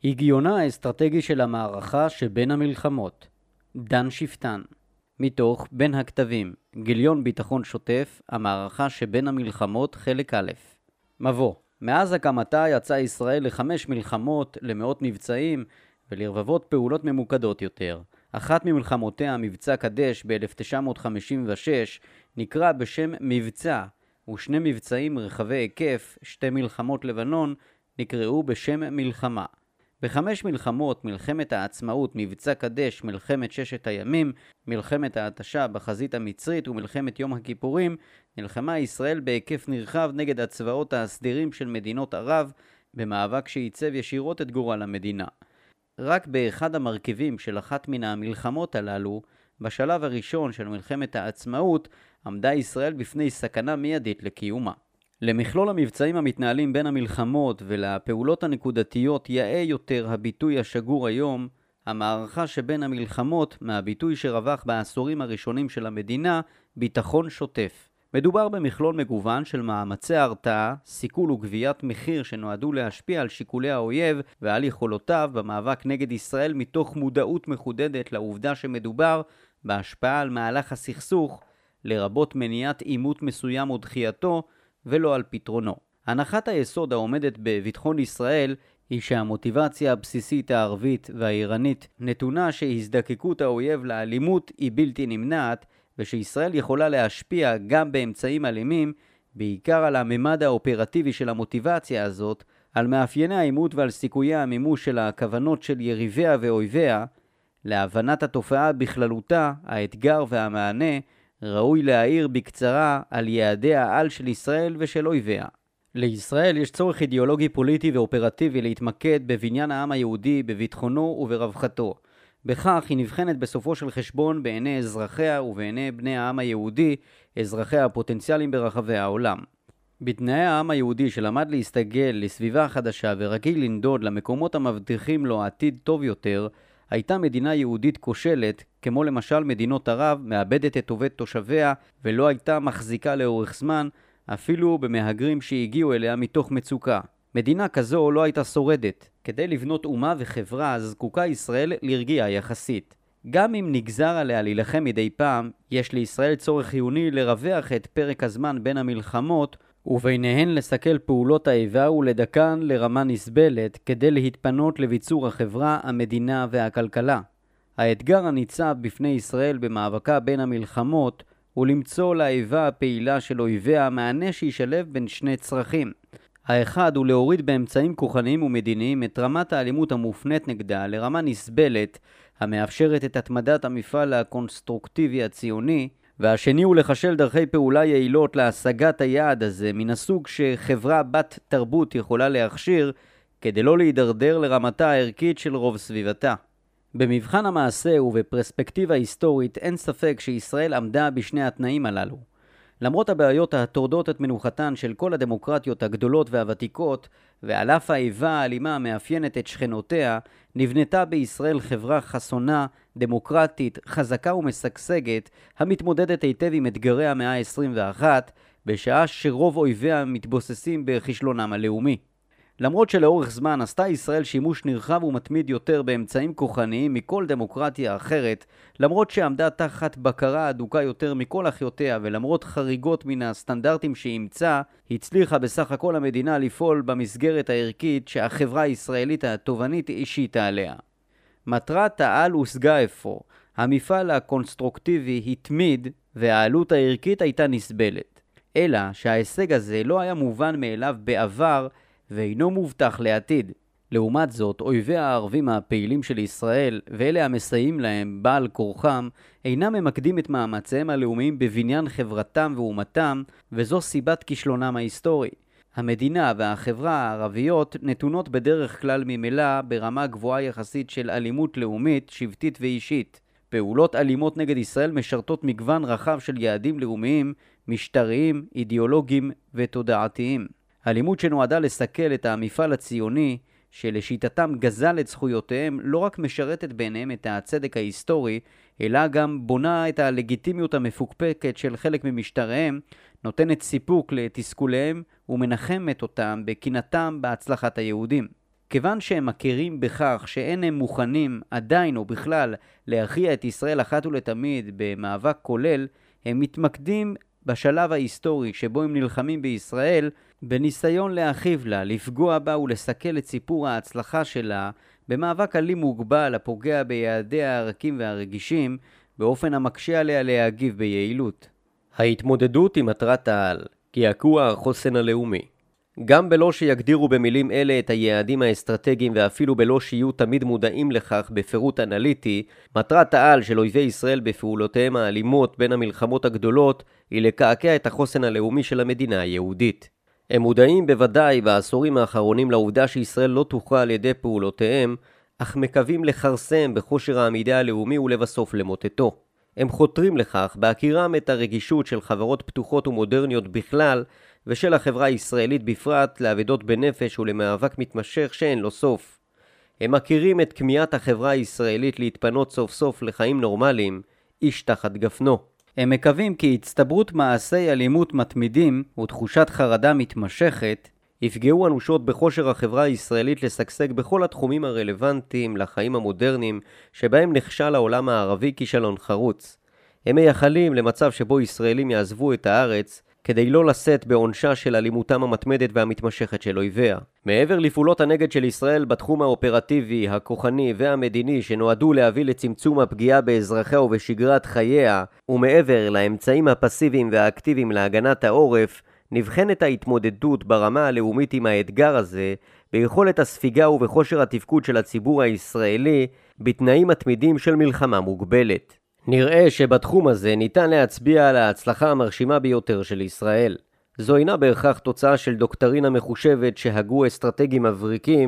הגיונה האסטרטגי של המערכה שבין המלחמות. דן שפטן. מתוך בין הכתבים, גיליון ביטחון שוטף, המערכה שבין המלחמות, חלק א'. מבוא. מאז הקמתה יצאה ישראל ל5 מלחמות, למאות מבצעים ולרבבות פעולות ממוקדות יותר. אחת ממלחמותיה, מבצע קדש ב-1956, נקרא בשם מבצע, ושני מבצעים רחבי היקף, שתי מלחמות לבנון, נקראו בשם מלחמה. ב5 מלחמות, מלחמת העצמאות, מבצע קדש, מלחמת ששת הימים, מלחמת ההתשה בחזית המצרית ומלחמת יום הכיפורים, נלחמה ישראל בהיקף נרחב נגד הצבאות הסדירים של מדינות ערב, במאבק שייצב ישירות את גורל המדינה. רק באחד המרכיבים של אחת מן המלחמות הללו, בשלב הראשון של מלחמת העצמאות, עמדה ישראל בפני סכנה מיידית לקיומה. למכלול המבצעים המתנהלים בין המלחמות ולפעולות הנקודתיות יאה יותר הביטוי השגור היום, המערכה שבין המלחמות, מהביטוי שרווח בעשורים הראשונים של המדינה, ביטחון שוטף. מדובר במכלול מגוון של מאמצי הרתעה, סיכול וגביית מחיר שנועדו להשפיע על שיקולי האויב ועל יכולותיו במאבק נגד ישראל מתוך מודעות מחודדת לעובדה שמדובר בהשפעה על מהלך הסכסוך, לרבות מניעת עימות מסוים או דחייתו, ולא על פתרונו. הנחת היסוד העומדת בביטחון ישראל היא שהמוטיבציה הבסיסית הערבית והאיראנית נתונה שהזדקקות האויב לאלימות היא בלתי נמנעת, ושישראל יכולה להשפיע גם באמצעים אלימים, בעיקר על הממד האופרטיבי של המוטיבציה הזאת, על מאפייני העימות ועל סיכויי המימוש של הכוונות של יריביה ואויביה. להבנת התופעה בכללותה, האתגר והמענה, ראוי להעיר בקצרה על יעדי העל של ישראל ושל אויביה. לישראל יש צורך אידיאולוגי פוליטי ואופרטיבי להתמקד בבניין העם היהודי, בביטחונו וברווחתו. בכך היא נבחנת בסופו של חשבון בעיני אזרחיה ובעיני בני העם היהודי, אזרחיה הפוטנציאליים ברחבי העולם. בתנאי העם היהודי שלמד להסתגל לסביבה חדשה ורגיל לנדוד למקומות המבטיחים לו עתיד טוב יותר, הייתה מדינה יהודית כושלת, כמו למשל מדינות ערב, מאבדת את טובי תושביה ולא הייתה מחזיקה לאורך זמן, אפילו במהגרים שהגיעו אליה מתוך מצוקה. מדינה כזו לא הייתה שורדת. כדי לבנות אומה וחברה זקוקה ישראל לרגיעה יחסית. גם אם נגזר עליה להילחם מדי פעם, יש לישראל צורך חיוני לרווח את פרק הזמן בין המלחמות, וביניהן לסכל פעולות האיבה ולדכאן לרמה נסבלת כדי להתפנות לביצור החברה, המדינה והכלכלה. האתגר הניצב בפני ישראל במאבקה בין המלחמות הוא למצוא לאיבה הפעילה של אויביה מענה שישלב בין שני צרכים. האחד הוא להוריד באמצעים כוחניים ומדיניים את רמת האלימות המופנית נגדה לרמה נסבלת המאפשרת את התמדת המפעל הקונסטרוקטיבי הציוני, והשני הוא לחשל דרכי פעולה יעילות להשגת היעד הזה מן הסוג שחברה בת תרבות יכולה להכשיר כדי לא להידרדר לרמתה הערכית של רוב סביבתה. במבחן המעשה ובפרספקטיבה היסטורית אין ספק שישראל עמדה בשני התנאים הללו. למרות הבעיות הטורדות את מנוחתן של כל הדמוקרטיות הגדולות והוותיקות, ועל אף האיבה האלימה המאפיינת את שכנותיה, נבנתה בישראל חברה חסונה, דמוקרטית, חזקה ומשגשגת, המתמודדת היטב עם אתגרי המאה ה-21, בשעה שרוב אויביה מתבוססים בכישלונם הלאומי. למרות שלאורך זמן עשתה ישראל שימוש נרחב ומתמיד יותר באמצעים כוחניים מכל דמוקרטיה אחרת, למרות שעמדה תחת בקרה אדוקה יותר מכל אחיותיה ולמרות חריגות מן הסטנדרטים שאימצה, הצליחה בסך הכל המדינה לפעול במסגרת הערכית שהחברה הישראלית התובענית השיתה עליה. מטרת העל הושגה אפוא. המפעל הקונסטרוקטיבי התמיד והעלות הערכית הייתה נסבלת. אלא שההישג הזה לא היה מובן מאליו בעבר ואינו מובטח לעתיד. לעומת זאת, אויבי הערבים הפעילים של ישראל, ואלה המסייעים להם בעל כורחם, אינם ממקדים את מאמציהם הלאומיים בבניין חברתם ואומתם, וזו סיבת כישלונם ההיסטורי. המדינה והחברה הערביות נתונות בדרך כלל ממילא ברמה גבוהה יחסית של אלימות לאומית, שבטית ואישית. פעולות אלימות נגד ישראל משרתות מגוון רחב של יעדים לאומיים, משטריים, אידיאולוגיים ותודעתיים. אלימות שנועדה לסכל את המפעל הציוני, שלשיטתם גזל את זכויותיהם, לא רק משרתת ביניהם את הצדק ההיסטורי, אלא גם בונה את הלגיטימיות המפוקפקת של חלק ממשטריהם, נותנת סיפוק לתסכוליהם ומנחמת אותם בקינתם בהצלחת היהודים. כיוון שהם מכירים בכך שאין הם מוכנים עדיין או בכלל להכריע את ישראל אחת ולתמיד במאבק כולל, הם מתמקדים בשלב ההיסטורי שבו הם נלחמים בישראל, בניסיון להכאיב לה, לפגוע בה ולסכל את סיפור ההצלחה שלה, במאבק אלים מוגבל הפוגע ביעדיה הרכים והרגישים, באופן המקשה עליה להגיב ביעילות. ההתמודדות עם מטרת העל, קעקוע החוסן הלאומי. גם בלא שיגדירו במילים אלה את היעדים האסטרטגיים ואפילו בלא שיהיו תמיד מודעים לכך בפירוט אנליטי, מטרת העל של אויבי ישראל בפעולותיהם האלימות בין המלחמות הגדולות היא לקעקע את החוסן הלאומי של המדינה היהודית. הם מודעים בוודאי בעשורים האחרונים לעובדה שישראל לא תוכרע על ידי פעולותיהם, אך מקווים לחרסם בכושר העמידה הלאומי ולבסוף למוטטו. הם חותרים לכך בהכירם את הרגישות של חברות פתוחות ומודרניות בכלל ושל החברה הישראלית בפרט לעבדות בנפש ולמאבק מתמשך שאין לו סוף. הם מכירים את כמיהת החברה הישראלית להתפנות סוף סוף לחיים נורמליים, איש תחת גפנו. הם מקווים כי הצטברות מעשי אלימות מתמידים ותחושת חרדה מתמשכת יפגעו אנושות בכושר החברה הישראלית לשגשג בכל התחומים הרלוונטיים לחיים המודרניים שבהם נכשל העולם הערבי כישלון חרוץ. הם מייחלים למצב שבו ישראלים יעזבו את הארץ כדי לא לשאת בעונשה של אלימותם המתמדת והמתמשכת של אויביה. מעבר לפעולות הנגד של ישראל בתחום האופרטיבי, הכוחני והמדיני שנועדו להביא לצמצום הפגיעה באזרחיה ובשגרת חייה, ומעבר לאמצעים הפסיביים והאקטיביים להגנת העורף, נבחנת ההתמודדות ברמה הלאומית עם האתגר הזה, ביכולת הספיגה ובכושר התפקוד של הציבור הישראלי, בתנאים מתמידים של מלחמה מוגבלת. נראה שבתחום הזה ניתן להצביע על ההצלחה המרשימה ביותר של ישראל. זו אינה בהכרח תוצאה של דוקטרינה מחושבת שהגו אסטרטגיים מבריקים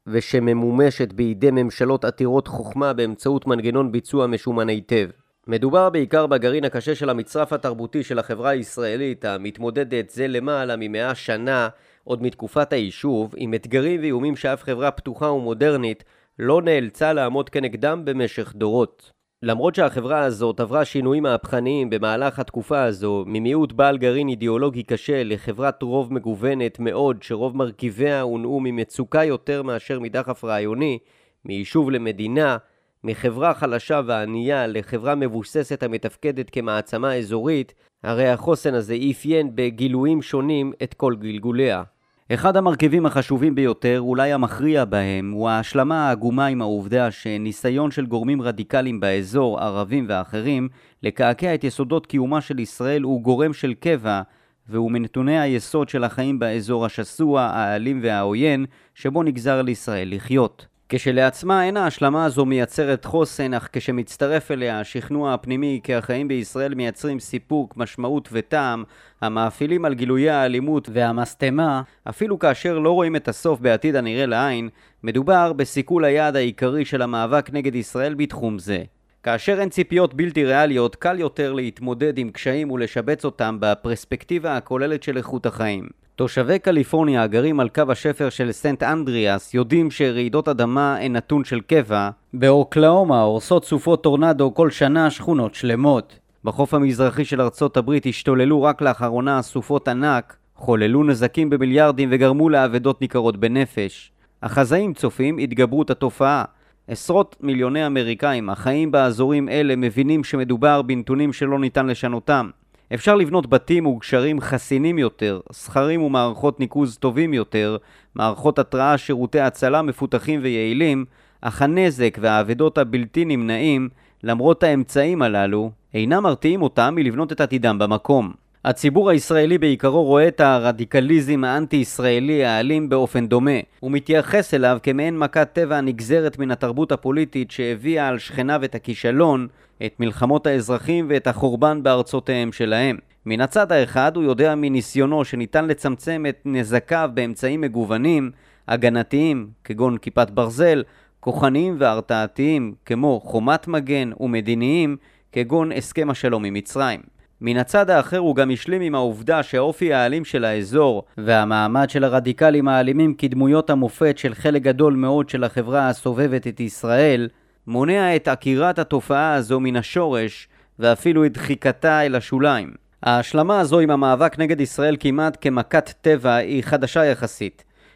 ושממומשת בידי ממשלות עתירות חוכמה באמצעות מנגנון ביצוע משומן היטב. מדובר בעיקר בגרעין הקשה של המצרף התרבותי של החברה הישראלית המתמודדת זה למעלה מ100 שנה עוד מתקופת היישוב עם אתגרים ואיומים שאף חברה פתוחה ומודרנית לא נאלצה לעמוד כנגדם במשך דורות. למרות שהחברה הזאת עברה שינויים מהפכניים במהלך התקופה הזו, ממיעוט בעל גרעין אידיאולוגי קשה לחברת רוב מגוונת מאוד שרוב מרכיביה הונעו ממצוקה יותר מאשר מדחף רעיוני, מיישוב למדינה, מחברה חלשה וענייה לחברה מבוססת המתפקדת כמעצמה אזורית, הרי החוסן הזה אפיין בגילויים שונים את כל גלגוליה. אחד המרכיבים החשובים ביותר, אולי המכריע בהם, הוא ההשלמה העגומה עם העובדה שניסיון של גורמים רדיקליים באזור, ערבים ואחרים, לקעקע את יסודות קיומה של ישראל הוא גורם של קבע, והוא מנתוני היסוד של החיים באזור השסוע, האלים והעוין, שבו נגזר לישראל לחיות. כשלעצמה אין ההשלמה הזו מייצרת חוסן, אך כשמצטרף אליה השכנוע הפנימי כי החיים בישראל מייצרים סיפוק, משמעות וטעם, המאפילים על גילויי האלימות והמסתמה, אפילו כאשר לא רואים את הסוף בעתיד הנראה לעין, מדובר בסיכול היעד העיקרי של המאבק נגד ישראל בתחום זה. כאשר אין ציפיות בלתי ריאליות, קל יותר להתמודד עם קשיים ולשבץ אותם בפרספקטיבה הכוללת של איכות החיים. תושבי קליפורניה הגרים על קו השפר של סנט אנדריאס יודעים שרעידות אדמה הן נתון של קבע. באוקלאומה הורסות סופות טורנדו כל שנה שכונות שלמות. בחוף המזרחי של ארצות הברית השתוללו רק לאחרונה סופות ענק, חוללו נזקים במיליארדים וגרמו לאבדות ניכרות בנפש. החזאים צופים התגברות התופעה. עשרות מיליוני אמריקאים החיים באזורים אלה מבינים שמדובר בנתונים שלא ניתן לשנותם. אפשר לבנות בתים וגשרים חסינים יותר, סכרים ומערכות ניקוז טובים יותר, מערכות התראה, שירותי הצלה מפותחים ויעילים, אך הנזק והאבדות הבלתי נמנעים, למרות האמצעים הללו, אינם מרתיעים אותם מלבנות את עתידם במקום. הציבור הישראלי בעיקרו רואה את הרדיקליזם האנטי-ישראלי האלים באופן דומה. הוא מתייחס אליו כמעין מכת טבע הנגזרת מן התרבות הפוליטית שהביאה על שכניו את הכישלון, את מלחמות האזרחים ואת החורבן בארצותיהם שלהם. מן הצד האחד הוא יודע מניסיונו שניתן לצמצם את נזקיו באמצעים מגוונים, הגנתיים כגון כיפת ברזל, כוחניים והרתעתיים כמו חומת מגן ומדיניים כגון הסכם השלום עם מצרים. מן הצד האחר הוא גם השלים עם העובדה שהאופי האלים של האזור והמעמד של הרדיקלים האלימים כדמויות המופת של חלק גדול מאוד של החברה הסובבת את ישראל מונע את עקירת התופעה הזו מן השורש ואפילו את דחיקתה אל השוליים. ההשלמה הזו עם המאבק נגד ישראל כמעט כמכת טבע היא חדשה יחסית.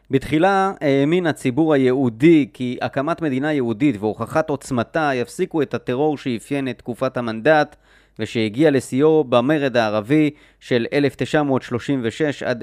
בתחילה האמין הציבור היהודי כי הקמת מדינה יהודית והוכחת עוצמתה יפסיקו את הטרור שאפיין את תקופת המנדט ושהגיע לשיאו במרד הערבי של 1936 עד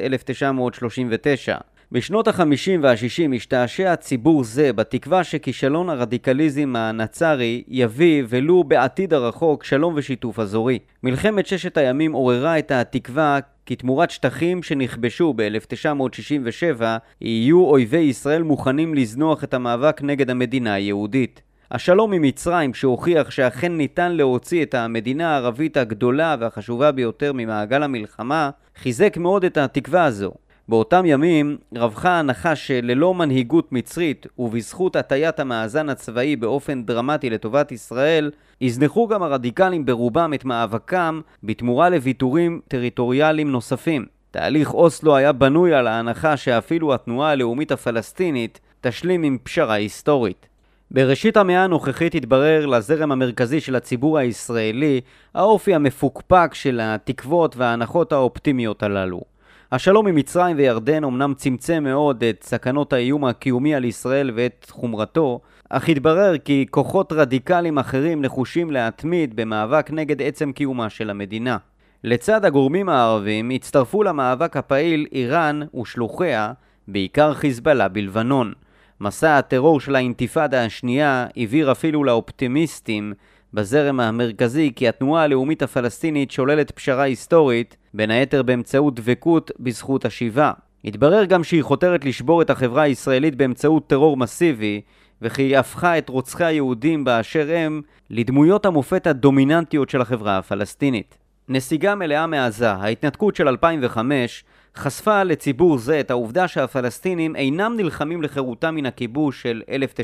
1939. בשנות ה-50 וה-60 השתעשע ציבור זה בתקווה שכישלון הרדיקליזם הנצרי יביא ולו בעתיד הרחוק שלום ושיתוף אזורי. מלחמת ששת הימים עוררה את התקווה כי תמורת שטחים שנכבשו ב-1967 יהיו אויבי ישראל מוכנים לזנוח את המאבק נגד המדינה היהודית. השלום עם מצרים שהוכיח שאכן ניתן להוציא את המדינה הערבית הגדולה והחשובה ביותר ממעגל המלחמה חיזק מאוד את התקווה הזו. באותם ימים רווחה ההנחה שללא מנהיגות מצרית ובזכות הטיית המאזן הצבאי באופן דרמטי לטובת ישראל, הזנחו גם הרדיקלים ברובם את מאבקם בתמורה לוויתורים טריטוריאליים נוספים. תהליך אוסלו היה בנוי על ההנחה שאפילו התנועה הלאומית הפלסטינית תשלים עם פשרה היסטורית. בראשית המאה הנוכחית התברר לזרם המרכזי של הציבור הישראלי האופי המפוקפק של התקוות וההנחות האופטימיות הללו. השלום עם מצרים וירדן אמנם צמצם מאוד את סכנות האיום הקיומי על ישראל ואת חומרתו, אך התברר כי כוחות רדיקליים אחרים נחושים להתמיד במאבק נגד עצם קיומה של המדינה. לצד הגורמים הערבים הצטרפו למאבק הפעיל איראן ושלוחיה, בעיקר חיזבאללה בלבנון. מסע הטרור של האינתיפאדה השנייה הבהיר אפילו לאופטימיסטים בזרם המרכזי כי התנועה הלאומית הפלסטינית שוללת פשרה היסטורית, בין היתר באמצעות דבקות בזכות השיבה. התברר גם שהיא חותרת לשבור את החברה הישראלית באמצעות טרור מסיבי, וכי היא הפכה את רוצחי היהודים באשר הם לדמויות המופת הדומיננטיות של החברה הפלסטינית. נסיגה מלאה מעזה, ההתנתקות של 2005, חשפה לציבור זה את העובדה שהפלסטינים אינם נלחמים לחירותם מן הכיבוש של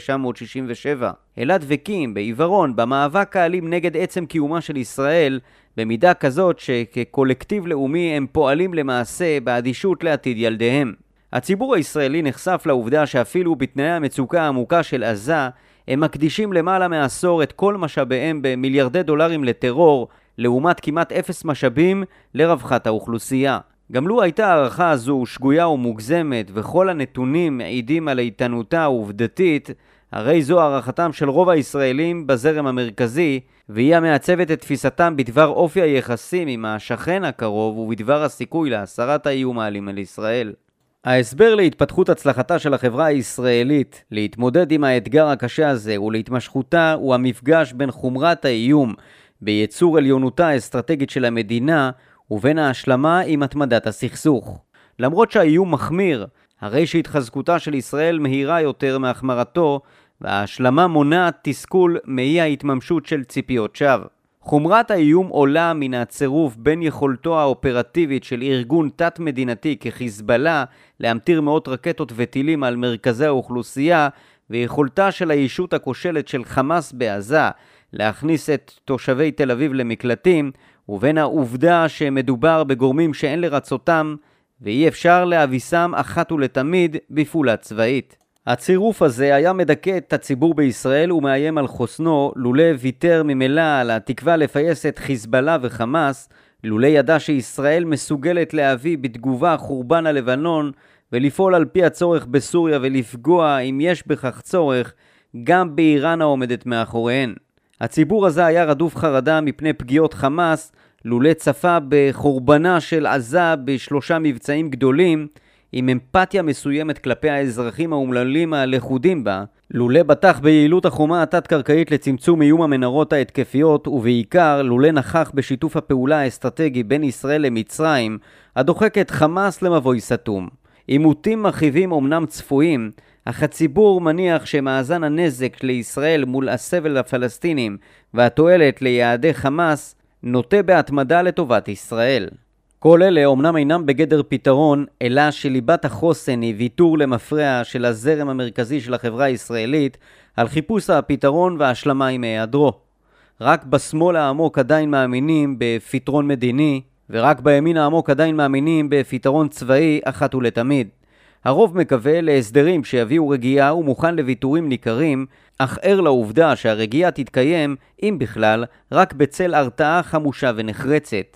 1967, אלא דבקים בעיוורון במאבק האלים נגד עצם קיומה של ישראל, במידה כזאת שכקולקטיב לאומי הם פועלים למעשה באדישות לעתיד ילדיהם. הציבור הישראלי נחשף לעובדה שאפילו בתנאי המצוקה העמוקה של עזה, הם מקדישים למעלה מעשור את כל משאביהם במיליארדי דולרים לטרור, לעומת כמעט אפס משאבים לרווחת האוכלוסייה. גם לו הייתה הערכה הזו שגויה ומוגזמת וכל הנתונים מעידים על איתנותה העובדתית, הרי זו הערכתם של רוב הישראלים בזרם המרכזי, והיא המעצבת את תפיסתם בדבר אופי היחסים עם השכן הקרוב ובדבר הסיכוי להסרת האיום האלים על ישראל. ההסבר להתפתחות הצלחתה של החברה הישראלית להתמודד עם האתגר הקשה הזה ולהתמשכותה הוא המפגש בין חומרת האיום ביצור עליונותה האסטרטגית של המדינה ובין ההשלמה עם התמדת הסכסוך. למרות שהאיום מחמיר, הרי שהתחזקותה של ישראל מהירה יותר מהחמרתו, וההשלמה מונעת תסכול מאי ההתממשות של ציפיות שווא. חומרת האיום עולה מן הצירוף בין יכולתו האופרטיבית של ארגון תת-מדינתי כחיזבאללה להמטיר מאות רקטות וטילים על מרכזי האוכלוסייה, ויכולתה של הישות הכושלת של חמאס בעזה להכניס את תושבי תל אביב למקלטים, ובין העובדה שמדובר בגורמים שאין לרצותם, ואי אפשר להביסם אחת ולתמיד בפעולה צבאית. הצירוף הזה היה מדכא את הציבור בישראל ומאיים על חוסנו, לולא ויתר ממילא על התקווה לפייס את חיזבאללה וחמאס, לולא ידע שישראל מסוגלת להביא בתגובה חורבן הלבנון, ולפעול על פי הצורך בסוריה ולפגוע אם יש בכך צורך, גם באיראן העומדת מאחוריהן. הציבור הזה היה רדוף חרדה מפני פגיעות חמאס, לולא צפה בחורבנה של עזה בשלושה מבצעים גדולים, עם אמפתיה מסוימת כלפי האזרחים האומללים הלכודים בה, לולא בטח ביעילות החומה התת-קרקעית לצמצום איום המנהרות ההתקפיות, ובעיקר לולא נכח בשיתוף הפעולה האסטרטגי בין ישראל למצרים, הדוחק את חמאס למבוי סתום. עימותים מרחיבים אומנם צפויים, אך הציבור מניח שמאזן הנזק לישראל מול הסבל הפלסטינים והתועלת ליעדי חמאס נוטה בהתמדה לטובת ישראל. כל אלה אומנם אינם בגדר פתרון, אלא שליבת החוסן היא ויתור למפרע של הזרם המרכזי של החברה הישראלית על חיפוש הפתרון וההשלמה עם היעדרו. רק בשמאל העמוק עדיין מאמינים בפתרון מדיני, ורק בימין העמוק עדיין מאמינים בפתרון צבאי אחת ולתמיד. הרוב מקווה להסדרים שיביאו רגיעה ומוכן לוויתורים ניכרים, אך ער לעובדה שהרגיעה תתקיים, אם בכלל, רק בצל הרתעה חמושה ונחרצת.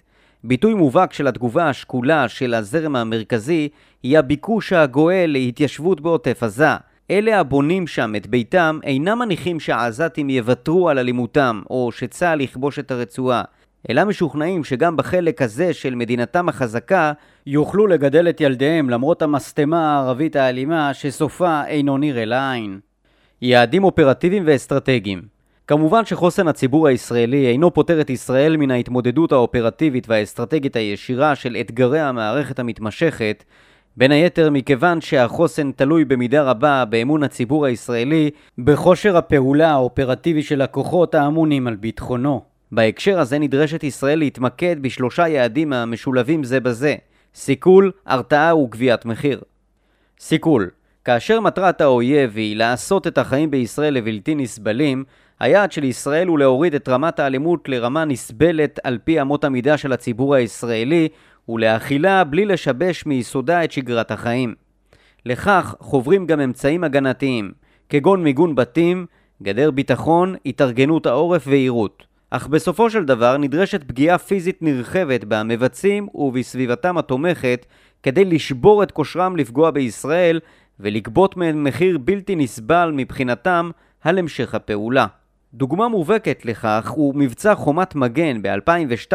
ביטוי מובהק של התגובה השקולה של הזרם המרכזי היא הביקוש הגואל להתיישבות בעוטף עזה. אלה הבונים שם את ביתם אינם מניחים שהעזתים יוותרו על אלימותם או שצה"ל יכבוש את הרצועה, אלא משוכנעים שגם בחלק הזה של מדינתם החזקה יוכלו לגדל את ילדיהם למרות המסתמה הערבית האלימה שסופה אינו נראה לעין. יעדים אופרטיביים ואסטרטגיים. כמובן שחוסן הציבור הישראלי אינו פותר את ישראל מן ההתמודדות האופרטיבית והאסטרטגית הישירה של אתגרי המערכת המתמשכת, בין היתר מכיוון שהחוסן תלוי במידה רבה באמון הציבור הישראלי בכושר הפעולה האופרטיבי של הכוחות האמונים על ביטחונו. בהקשר הזה נדרשת ישראל להתמקד בשלושה יעדים המשולבים זה בזה: סיכול, הרתעה וגביית מחיר. סיכול. כאשר מטרת האויב היא לעשות את החיים בישראל לבלתי נסבלים, היעד של ישראל הוא להוריד את רמת האלימות לרמה נסבלת על פי אמות המידה של הציבור הישראלי, ולהכילה בלי לשבש מיסודה את שגרת החיים. לכך חוברים גם אמצעים הגנתיים, כגון מיגון בתים, גדר ביטחון, התארגנות העורף ועירות. אך בסופו של דבר נדרשת פגיעה פיזית נרחבת במבצעים ובסביבתם התומכת כדי לשבור את כושרם לפגוע בישראל ולגבות מהם מחיר בלתי נסבל מבחינתם על המשך הפעולה. דוגמה מובהקת לכך הוא מבצע חומת מגן ב-2002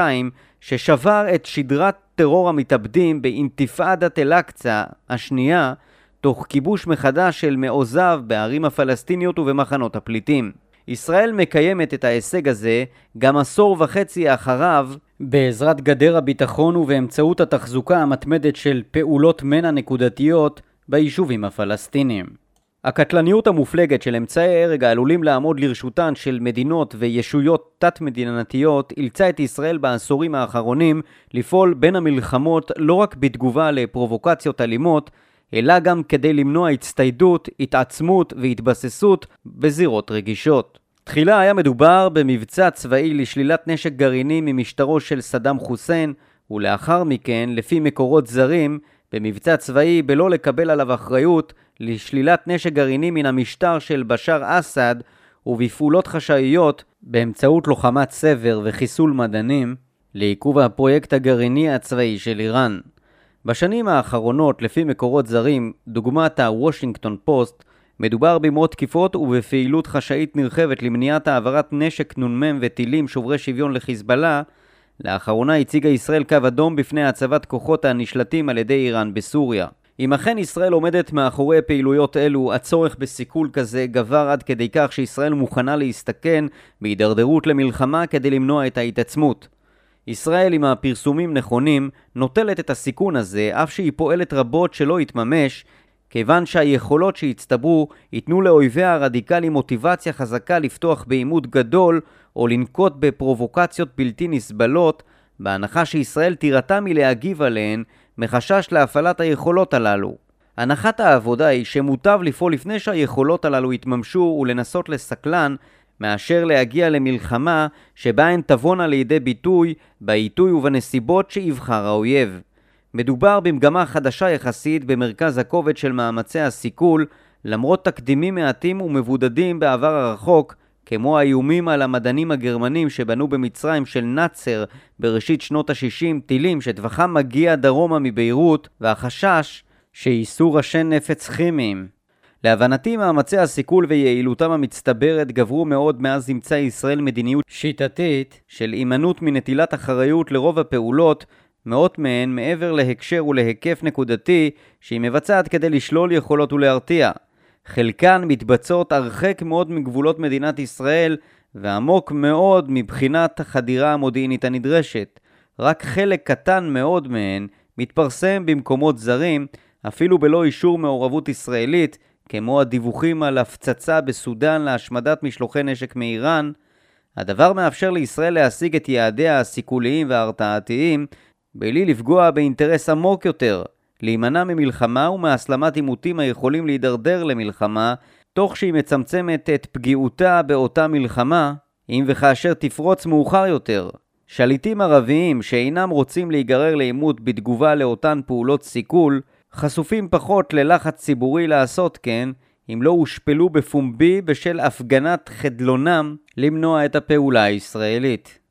ששבר את שדרת טרור המתאבדים באינתיפאדת אל-אקצא השנייה תוך כיבוש מחדש של מעוזיו בערים הפלסטיניות ובמחנות הפליטים. ישראל מקיימת את ההישג הזה גם עשור וחצי אחריו בעזרת גדר הביטחון ובאמצעות התחזוקה המתמדת של פעולות מנע נקודתיות ביישובים הפלסטיניים. הקטלניות המופלגת של אמצעי הרג העלולים לעמוד לרשותן של מדינות וישויות תת-מדינתיות אילצה את ישראל בעשורים האחרונים לפעול בין המלחמות לא רק בתגובה לפרובוקציות אלימות, אלא גם כדי למנוע הצטיידות, התעצמות והתבססות בזירות רגישות. תחילה היה מדובר במבצע צבאי לשלילת נשק גרעיני ממשטרו של סדאם חוסיין, ולאחר מכן, לפי מקורות זרים, במבצע צבאי בלא לקבל עליו אחריות לשלילת נשק גרעיני מן המשטר של בשאר אסד, ובפעולות חשאיות באמצעות לוחמת סבר וחיסול מדענים לעיכוב הפרויקט הגרעיני הצבאי של איראן. בשנים האחרונות, לפי מקורות זרים, דוגמת הוושינגטון פוסט, מדובר במאות תקיפות ובפעילות חשאית נרחבת למניעת העברת נשק נ"מ וטילים שוברי שוויון לחיזבאללה. לאחרונה הציגה ישראל קו אדום בפני הצבת כוחות הנשלטים על ידי איראן בסוריה. אם אכן ישראל עומדת מאחורי פעילויות אלו, הצורך בסיכול כזה גבר עד כדי כך שישראל מוכנה להסתכן בהידרדרות למלחמה כדי למנוע את ההתעצמות. ישראל, עם הפרסומים נכונים, נוטלת את הסיכון הזה, אף שהיא פועלת רבות שלא יתממש, כיוון שהיכולות שהצטברו ייתנו לאויביה הרדיקלי מוטיבציה חזקה לפתוח בעימות גדול או לנקוט בפרובוקציות בלתי נסבלות, בהנחה שישראל תירתה מלהגיב עליהן מחשש להפעלת היכולות הללו. הנחת העבודה היא שמוטב לפעול לפני שהיכולות הללו יתממשו ולנסות לסכלן, מאשר להגיע למלחמה שבה הן תבונה לידי ביטוי בעיתוי ובנסיבות שיבחר האויב. מדובר במגמה חדשה יחסית במרכז הכובד של מאמצי הסיכול, למרות תקדימים מעטים ומבודדים בעבר הרחוק, כמו האיומים על המדענים הגרמנים שבנו במצרים של נאצר בראשית שנות ה-60 טילים שטווחם מגיע דרומה מביירות, והחשש שייסו ראשי נפץ כימיים. להבנתי מאמצי הסיכול ויעילותם המצטברת גברו מאוד מאז אימצה ישראל מדיניות שיטתית של הימנעות מנטילת אחריות לרוב הפעולות, מאות מהן מעבר להקשר ולהיקף נקודתי שהיא מבצעת כדי לשלול יכולות ולהרתיע. חלקן מתבצעות הרחק מאוד מגבולות מדינת ישראל ועמוק מאוד מבחינת החדירה המודיעינית הנדרשת. רק חלק קטן מאוד מהן מתפרסם במקומות זרים, אפילו בלא אישור מעורבות ישראלית, כמו הדיווחים על הפצצה בסודן להשמדת משלוחי נשק מאיראן. הדבר מאפשר לישראל להשיג את יעדיה הסיכוליים וההרתעתיים בלי לפגוע באינטרס עמוק יותר, להימנע ממלחמה ומהסלמת עימותים היכולים להידרדר למלחמה, תוך שהיא מצמצמת את פגיעותה באותה מלחמה, אם וכאשר תפרוץ מאוחר יותר. שליטים ערביים שאינם רוצים להיגרר לעימות בתגובה לאותן פעולות סיכול, חשופים פחות ללחץ ציבורי לעשות כן, אם לא הושפלו בפומבי בשל הפגנת חדלונם למנוע את הפעולה הישראלית.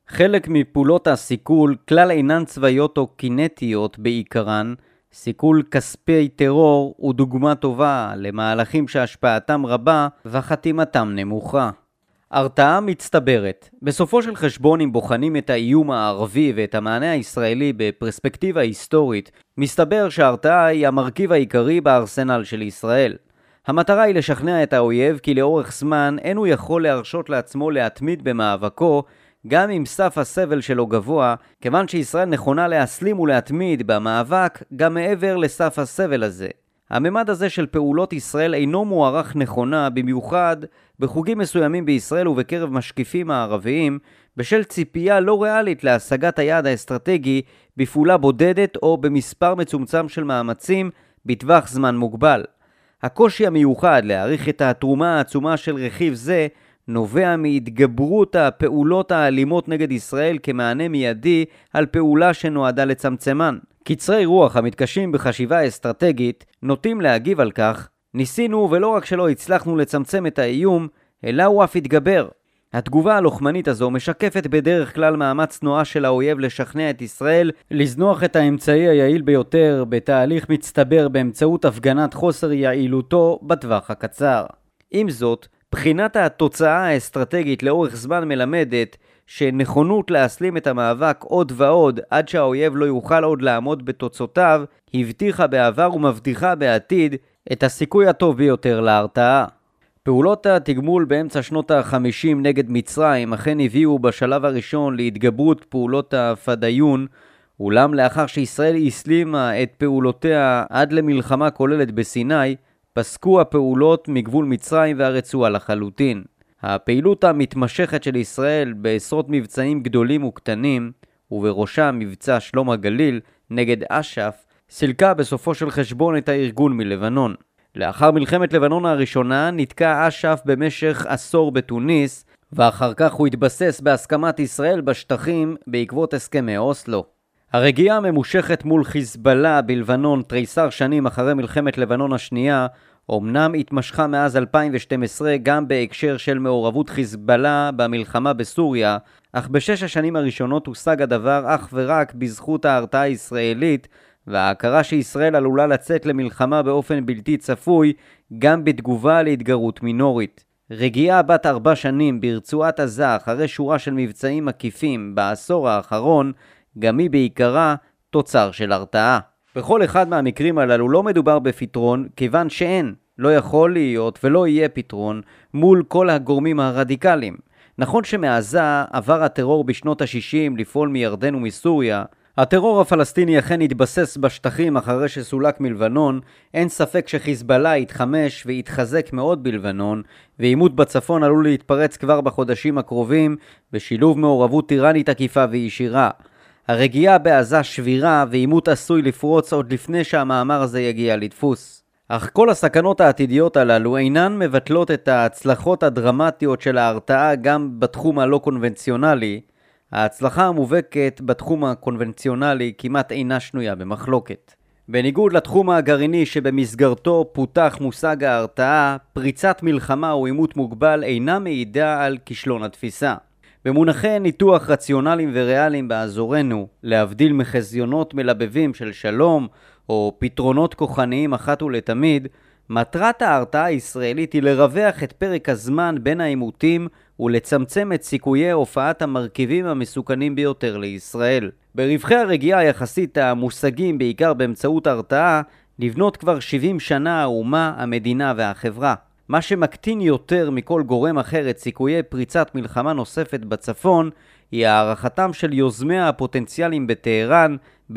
חלק מפעולות הסיכול כלל אינן צבאיות או קינטיות בעיקרן. סיכול כספי טרור הוא דוגמה טובה למהלכים שהשפעתם רבה וחתימתם נמוכה. הרתעה מצטברת. בסופו של חשבון, אם בוחנים את האיום הערבי ואת המענה הישראלי בפרספקטיבה היסטורית, מסתבר שההרתעה היא המרכיב העיקרי בארסנל של ישראל. המטרה היא לשכנע את האויב כי לאורך זמן אין הוא יכול להרשות לעצמו להתמיד במאבקו, גם אם סף הסבל שלו גבוה, כיוון שישראל נכונה להסלים ולהתמיד במאבק גם מעבר לסף הסבל הזה. הממד הזה של פעולות ישראל אינו מוערך נכונה, במיוחד בחוגים מסוימים בישראל ובקרב משקיפים הערביים, בשל ציפייה לא ריאלית להשגת היעד האסטרטגי בפעולה בודדת או במספר מצומצם של מאמצים בטווח זמן מוגבל. הקושי המיוחד להעריך את התרומה העצומה של רכיב זה נובע מהתגברות הפעולות האלימות נגד ישראל כמענה מיידי על פעולה שנועדה לצמצמן. קצרי רוח המתקשים בחשיבה אסטרטגית נוטים להגיב על כך: ניסינו ולא רק שלא הצלחנו לצמצם את האיום, אלא הוא אף התגבר. התגובה הלוחמנית הזו משקפת בדרך כלל מאמץ תנועה של האויב לשכנע את ישראל לזנוח את האמצעי היעיל ביותר בתהליך מצטבר באמצעות הפגנת חוסר יעילותו בטווח הקצר. עם זאת, בחינת התוצאה האסטרטגית לאורך זמן מלמדת שנכונות להסלים את המאבק עוד ועוד עד שהאויב לא יוכל עוד לעמוד בתוצאותיו, הבטיחה בעבר ומבטיחה בעתיד את הסיכוי הטוב ביותר להרתעה. פעולות התגמול באמצע שנות ה-50 נגד מצרים אכן הביאו בשלב הראשון להתגברות פעולות הפדאיון, אולם לאחר שישראל הסלימה את פעולותיה עד למלחמה כוללת בסיני, פסקו הפעולות מגבול מצרים והרצועה לחלוטין. הפעילות המתמשכת של ישראל בעשרות מבצעים גדולים וקטנים, ובראשם מבצע שלום הגליל נגד אש"ף, סילקה בסופו של חשבון את הארגון מלבנון. לאחר מלחמת לבנון הראשונה נתקע אש"ף במשך עשור בתוניס, ואחר כך הוא התבסס בהסכמת ישראל בשטחים בעקבות הסכמי אוסלו. הרגיעה הממושכת מול חיזבאללה בלבנון תריסר שנים אחרי מלחמת לבנון השנייה, אמנם התמשכה מאז 2012 גם בהקשר של מעורבות חיזבאללה במלחמה בסוריה, אך בשש השנים הראשונות הושג הדבר אך ורק בזכות ההרתעה הישראלית, וההכרה שישראל עלולה לצאת למלחמה באופן בלתי צפוי, גם בתגובה להתגרות מינורית. רגיעה בת 4 שנים ברצועת עזה אחרי שורה של מבצעים מקיפים בעשור האחרון, גם היא בעיקרה תוצר של הרתעה. בכל אחד מהמקרים הללו לא מדובר בפתרון, כיוון שאין, לא יכול להיות ולא יהיה פתרון מול כל הגורמים הרדיקליים. נכון שמעזה עבר הטרור בשנות ה-60 לפעול מירדן ומסוריה, הטרור הפלסטיני אכן התבסס בשטחים אחרי שסולק מלבנון, אין ספק שחיזבאללה התחמש והתחזק מאוד בלבנון, ועימות בצפון עלול להתפרץ כבר בחודשים הקרובים, בשילוב מעורבות איראנית עקיפה וישירה. הרגיעה בעזה שבירה ועימות עשוי לפרוץ עוד לפני שהמאמר הזה יגיע לדפוס. אך כל הסכנות העתידיות הללו אינן מבטלות את ההצלחות הדרמטיות של ההרתעה גם בתחום הלא קונבנציונלי. ההצלחה המובהקת בתחום הקונבנציונלי כמעט אינה שנויה במחלוקת. בניגוד לתחום הגרעיני שבמסגרתו פותח מושג ההרתעה, פריצת מלחמה או עימות מוגבל אינה מעידה על כישלון התפיסה. במונחי ניתוח רציונליים וריאליים באזורנו, להבדיל מחזיונות מלבבים של שלום או פתרונות כוחניים אחת ולתמיד, מטרת ההרתעה הישראלית היא לרווח את פרק הזמן בין העימותים ולצמצם את סיכויי הופעת המרכיבים המסוכנים ביותר לישראל. ברווחי הרגיעה יחסית המושגים בעיקר באמצעות הרתעה, נבנות כבר 70 שנה האומה, המדינה והחברה. מה שמקטין יותר מכל גורם אחר את סיכויי פריצת מלחמה נוספת בצפון, היא הערכתם של יוזמי הפוטנציאליים בטהרן,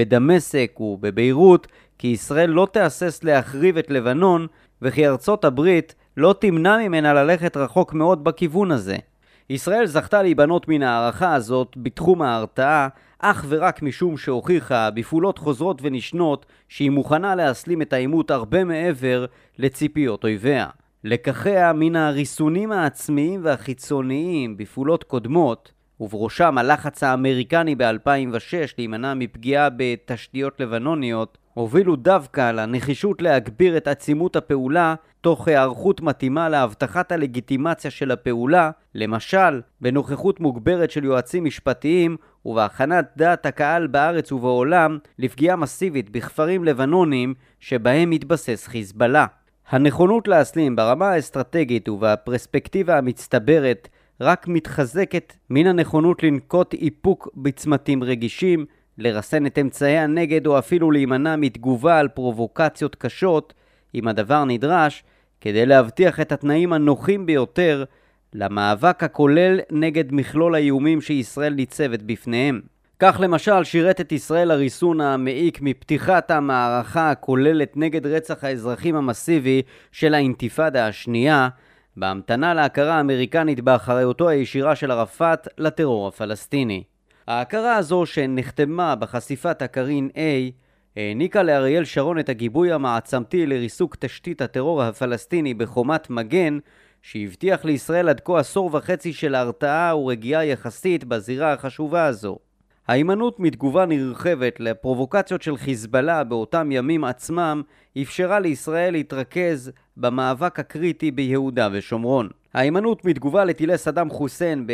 בדמשק ובביירות, כי ישראל לא תאסס להחריב את לבנון, וכי ארצות הברית לא תמנע ממנה ללכת רחוק מאוד בכיוון הזה. ישראל זכתה להיבנות מן הערכה הזאת בתחום ההרתעה, אך ורק משום שהוכיחה בפעולות חוזרות ונשנות שהיא מוכנה להסלים את העימות הרבה מעבר לציפיות אויביה. לקחיה מן הריסונים העצמיים והחיצוניים בפעולות קודמות, ובראשם הלחץ האמריקני ב-2006 להימנע מפגיעה בתשתיות לבנוניות, הובילו דווקא לנחישות להגביר את עצימות הפעולה תוך היערכות מתאימה להבטחת הלגיטימציה של הפעולה, למשל בנוכחות מוגברת של יועצים משפטיים ובהכנת דעת הקהל בארץ ובעולם לפגיעה מסיבית בכפרים לבנונים שבהם מתבסס חיזבאללה. הנכונות להסלים ברמה האסטרטגית ובפרספקטיבה המצטברת רק מתחזקת מן הנכונות לנקוט איפוק בצמתים רגישים, לרסן את אמצעי הנגד או אפילו להימנע מתגובה על פרובוקציות קשות, אם הדבר נדרש, כדי להבטיח את התנאים הנוחים ביותר למאבק הכולל נגד מכלול האיומים שישראל ניצבת בפניהם. כך למשל שירת את ישראל הריסון המעיק מפתיחת המערכה הכוללת נגד רצח האזרחים המסיבי של האינתיפאדה השנייה, בהמתנה להכרה האמריקנית באחריותו הישירה של ערפאת לטרור הפלסטיני. ההכרה הזו שנחתמה בחשיפת הקרין A העניקה לאריאל שרון את הגיבוי המעצמתי לריסוק תשתית הטרור הפלסטיני בחומת מגן, שהבטיח לישראל עד כה 10 וחצי של הרתעה ורגיעה יחסית בזירה החשובה הזו. ההימנעות מתגובה נרחבת לפרובוקציות של חיזבאללה באותם ימים עצמם אפשרה לישראל להתרכז במאבק הקריטי ביהודה ושומרון. ההימנעות מתגובה לטילי סדאם חוסיין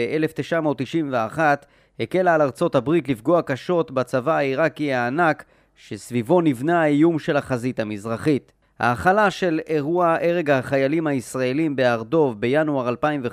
ב-1991 הקלה על ארצות הברית לפגוע קשות בצבא העיראקי הענק שסביבו נבנה האיום של החזית המזרחית. ההחלה של אירוע הרג החיילים הישראלים בארדוב בינואר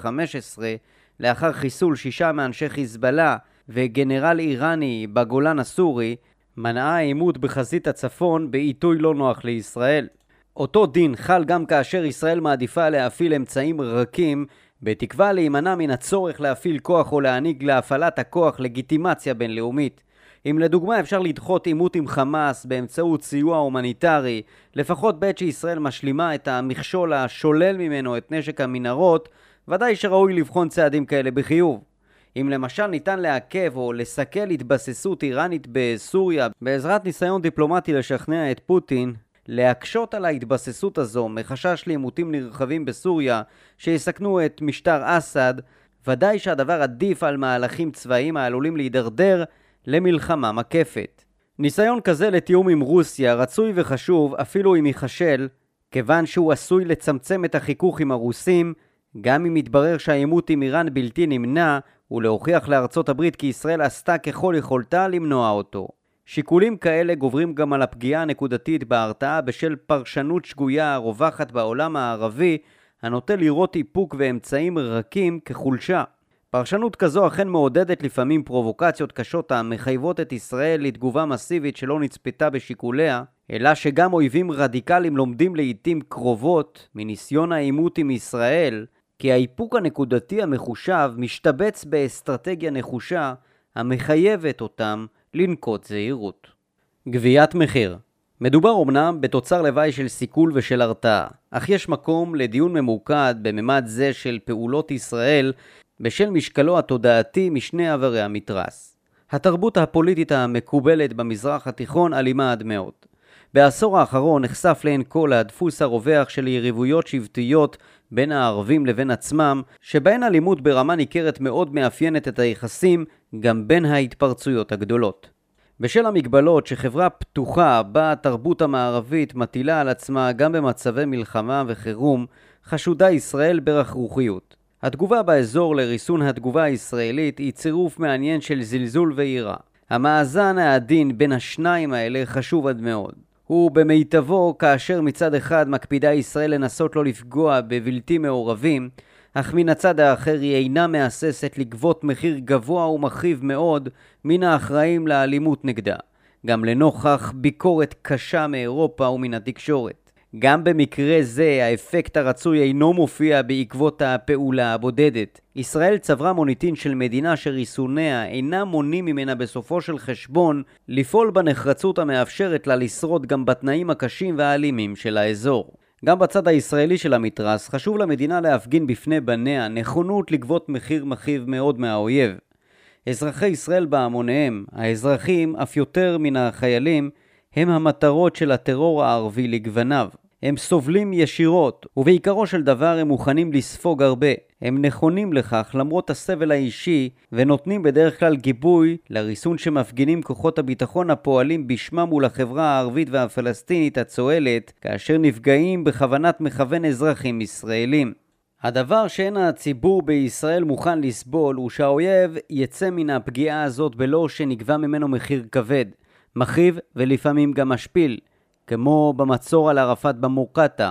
2015 לאחר חיסול 6 מאנשי חיזבאללה וגנרל איראני בגולן הסורי מנעה העימות בחזית הצפון בעיתוי לא נוח לישראל. אותו דין חל גם כאשר ישראל מעדיפה להפעיל אמצעים רכים בתקווה להימנע מן הצורך להפעיל כוח או להעניק להפעלת הכוח לגיטימציה בינלאומית. אם לדוגמה אפשר לדחות עימות עם חמאס באמצעות סיוע הומניטרי, לפחות בעת שישראל משלימה את המכשול השולל ממנו את נשק המנהרות, ודאי שראוי לבחון צעדים כאלה בחיוב. אם למשל ניתן לעכב או לסכל התבססות איראנית בסוריה בעזרת ניסיון דיפלומטי לשכנע את פוטין, להקשות על ההתבססות הזו מחשש לעימותים נרחבים בסוריה שיסכנו את משטר אסד, ודאי שהדבר עדיף על מהלכים צבאיים העלולים להידרדר למלחמה מקפת. ניסיון כזה לתיאום עם רוסיה רצוי וחשוב אפילו אם ייכשל, כיוון שהוא עשוי לצמצם את החיכוך עם הרוסים, גם אם יתברר שהעימות עם איראן בלתי נמנע, ולהוכיח לארצות הברית כי ישראל עשתה ככל יכולתה למנוע אותו. שיקולים כאלה גוברים גם על הפגיעה הנקודתית בהרתעה בשל פרשנות שגויה הרווחת בעולם הערבי, הנוטה לראות איפוק ואמצעים רכים כחולשה. פרשנות כזו אכן מעודדת לפעמים פרובוקציות קשות המחייבות את ישראל לתגובה מסיבית שלא נצפתה בשיקוליה, אלא שגם אויבים רדיקליים לומדים לעתים קרובות מניסיון העימות עם ישראל, כי האיפוק הנקודתי המחושב משתבץ באסטרטגיה נחושה המחייבת אותם לנקוט זהירות. גביית מחיר. מדובר אמנם בתוצר לוואי של סיכול ושל הרתעה, אך יש מקום לדיון ממוקד בממד זה של פעולות ישראל בשל משקלו התודעתי משני עברי המתרס. התרבות הפוליטית המקובלת במזרח התיכון אלימה עד מאוד. בעשור האחרון נחשף לעין כל הדפוס הרווח של יריבויות שבטיות בין הערבים לבין עצמם, שבהן אלימות ברמה ניכרת מאוד מאפיינת את היחסים גם בין ההתפרצויות הגדולות. בשל המגבלות שחברה פתוחה בה התרבות המערבית מטילה על עצמה גם במצבי מלחמה וחירום, חשודה ישראל ברכרוכיות. התגובה באזור לריסון התגובה הישראלית היא צירוף מעניין של זלזול ויראה. המאזן העדין בין השניים האלה חשוב עד מאוד. הוא במיטבו כאשר מצד אחד מקפידה ישראל לנסות לא לפגוע בבלתי מעורבים, אך מן הצד האחר היא אינה מהססת לגבות מחיר גבוה ומכאיב מאוד מן האחראים לאלימות נגדה, גם לנוכח ביקורת קשה מאירופה ומן התקשורת. גם במקרה זה האפקט הרצוי אינו מופיע בעקבות הפעולה הבודדת. ישראל צברה מוניטין של מדינה שריסוניה אינם מונים ממנה בסופו של חשבון לפעול בנחרצות המאפשרת לה לשרוד גם בתנאים הקשים והאלימים של האזור. גם בצד הישראלי של המתרס חשוב למדינה להפגין בפני בניה נכונות לגבות מחיר מכאיב מאוד מהאויב. אזרחי ישראל בהמוניהם, האזרחים אף יותר מן החיילים, הם המטרות של הטרור הערבי לגווניו. הם סובלים ישירות, ובעיקרו של דבר הם מוכנים לספוג הרבה. הם נכונים לכך למרות הסבל האישי, ונותנים בדרך כלל גיבוי לריסון שמפגינים כוחות הביטחון הפועלים בשמם מול החברה הערבית והפלסטינית הצועלת, כאשר נפגעים בכוונת מכוון אזרחים ישראלים. הדבר שאין הציבור בישראל מוכן לסבול הוא שהאויב יצא מן הפגיעה הזאת בלא שנגבה ממנו מחיר כבד, מכאיב ולפעמים גם משפיל, כמו במצור על ערפאת במוקטעה.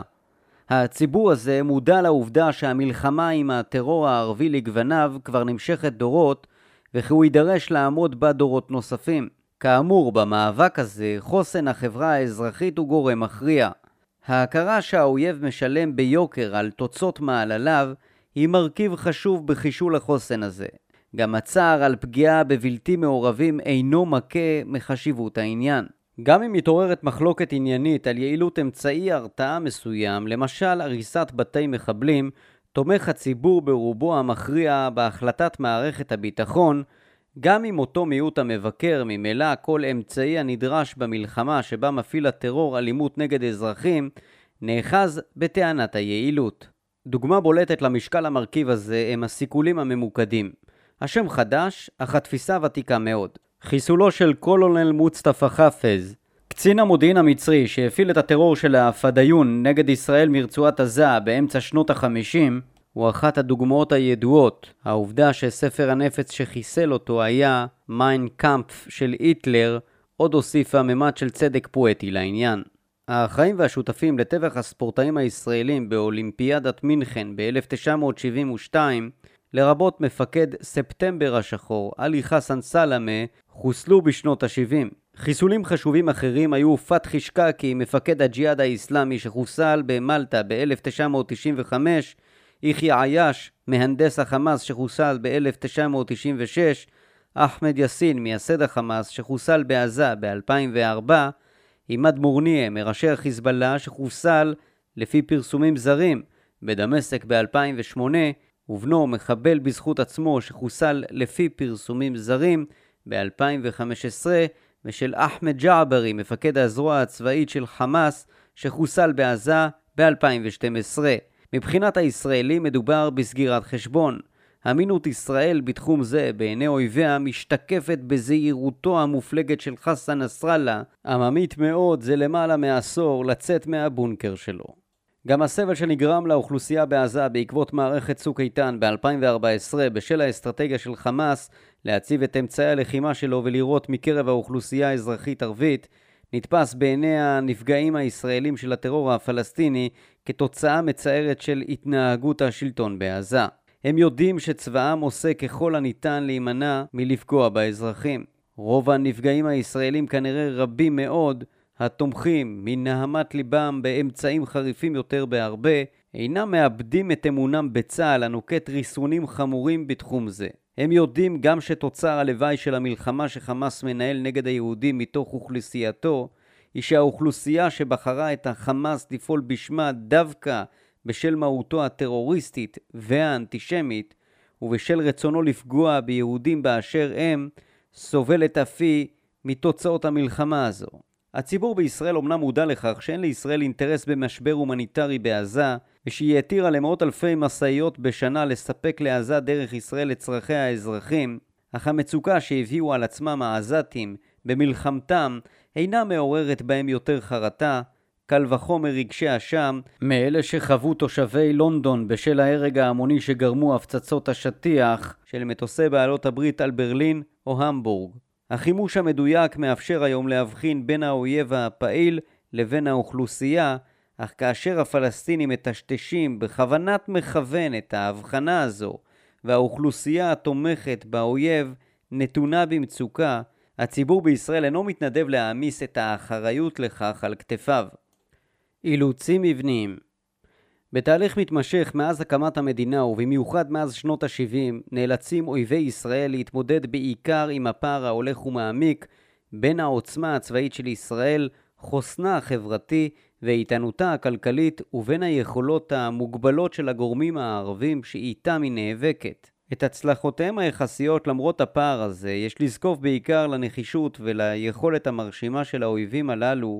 הציבור הזה מודע לעובדה שהמלחמה עם הטרור הערבי לגווניו כבר נמשכת דורות, וכי הוא יידרש לעמוד בה דורות נוספים. כאמור, במאבק הזה חוסן החברה האזרחית הוא גורם מכריע. ההכרה שהאויב משלם ביוקר על תוצאות מעלליו היא מרכיב חשוב בחישול החוסן הזה. גם הצער על פגיעה בבלתי מעורבים אינו מכה מחשיבות העניין. גם אם מתעוררת מחלוקת עניינית על יעילות אמצעי הרתעה מסוים, למשל הריסת בתי מחבלים, תומך הציבור ברובו המכריע בהחלטת מערכת הביטחון, גם אם אותו מיעוט המבקר ממילא כל אמצעי הנדרש במלחמה שבה מפעיל הטרור אלימות נגד אזרחים, נאחז בטענת היעילות. דוגמה בולטת למשקל המרכיב הזה הם הסיכולים הממוקדים. השם חדש, אך התפיסה ותיקה מאוד. חיסולו של קולונל מוצטפא חאפז, קצין המודיעין המצרי שהפעיל את הטרור של הפדאיון נגד ישראל מרצועת עזה באמצע שנות ה-50, הוא אחת הדוגמאות הידועות. העובדה שספר הנפץ שחיסל אותו היה מיין קאמפף של היטלר עוד הוסיפה ממד של צדק פואטי לעניין. האחראים והשותפים לטבח הספורטאים הישראלים באולימפיאדת מינכן ב-1972, לרבות מפקד ספטמבר השחור, עלי חסן סלמה, חוסלו בשנות ה-70. חיסולים חשובים אחרים היו פתחי שקאקי, מפקד הג'יהאד האסלאמי שחוסל במלטה ב-1995, יחיא עייש, מהנדס החמאס שחוסל ב-1996, אחמד יאסין, מייסד החמאס שחוסל בעזה ב-2004, עימאד מורניה, מראשי החיזבאללה שחוסל לפי פרסומים זרים בדמשק ב-2008, ובנו מחבל בזכות עצמו שחוסל לפי פרסומים זרים ב-2015, ושל אחמד ג'עברי, מפקד הזרוע הצבאית של חמאס שחוסל בעזה ב-2012. מבחינת הישראלים מדובר בסגירת חשבון. אמינות ישראל בתחום זה בעיני אויביה משתקפת בזהירותו המופלגת של חסן נסראללה, עממית מאוד זה למעלה מעשור לצאת מהבונקר שלו. גם הסבל שנגרם לאוכלוסייה בעזה בעקבות מערכת צוק איתן ב-2014 בשל האסטרטגיה של חמאס להציב את אמצעי הלחימה שלו ולירות מקרב האוכלוסייה האזרחית ערבית, נתפס בעיני הנפגעים הישראלים של הטרור הפלסטיני כתוצאה מצערת של התנהגות השלטון בעזה. הם יודעים שצבאם עושה ככל הניתן להימנע מלפגוע באזרחים. רוב הנפגעים הישראלים כנראה רבים מאוד, התומכים מנהמת ליבם באמצעים חריפים יותר בהרבה, אינם מאבדים את אמונם בצה"ל הנוקט ריסונים חמורים בתחום זה. הם יודעים גם שתוצר הלוואי של המלחמה שחמאס מנהל נגד היהודים מתוך אוכלוסייתו, היא שהאוכלוסייה שבחרה את החמאס לפעול בשמה דווקא בשל מהותו הטרוריסטית והאנטישמית, ובשל רצונו לפגוע ביהודים באשר הם, סובלת אפי מתוצאות המלחמה הזו. הציבור בישראל אומנם מודע לכך שאין לישראל אינטרס במשבר הומניטרי בעזה, ושהיא התירה למאות אלפי מסעיות בשנה לספק לעזה דרך ישראל לצרכי האזרחים, אך המצוקה שהביאו על עצמם העזתים במלחמתם אינה מעוררת בהם יותר חרטה, קל וחומר רגשי אשם, מאלה שחוו תושבי לונדון בשל ההרג ההמוני שגרמו הפצצות השטיח של מטוסי בעלות הברית על ברלין או המבורג. החימוש המדויק מאפשר היום להבחין בין האויב הפעיל לבין האוכלוסייה, אך כאשר הפלסטינים מטשטשים בכוונת מכוון את ההבחנה הזו, והאוכלוסייה התומכת באויב נתונה במצוקה, הציבור בישראל אינו מתנדב להעמיס את האחריות לכך על כתפיו. אילוצים מבניים. בתהליך מתמשך מאז הקמת המדינה ובמיוחד מאז שנות ה-70 נאלצים אויבי ישראל להתמודד בעיקר עם הפער ההולך ומעמיק בין העוצמה הצבאית של ישראל, חוסנה החברתי ואיתנותה הכלכלית ובין היכולות המוגבלות של הגורמים הערבים שאיתם היא נאבקת. את הצלחותיהם היחסיות למרות הפער הזה יש לזקוף בעיקר לנחישות וליכולת המרשימה של האויבים הללו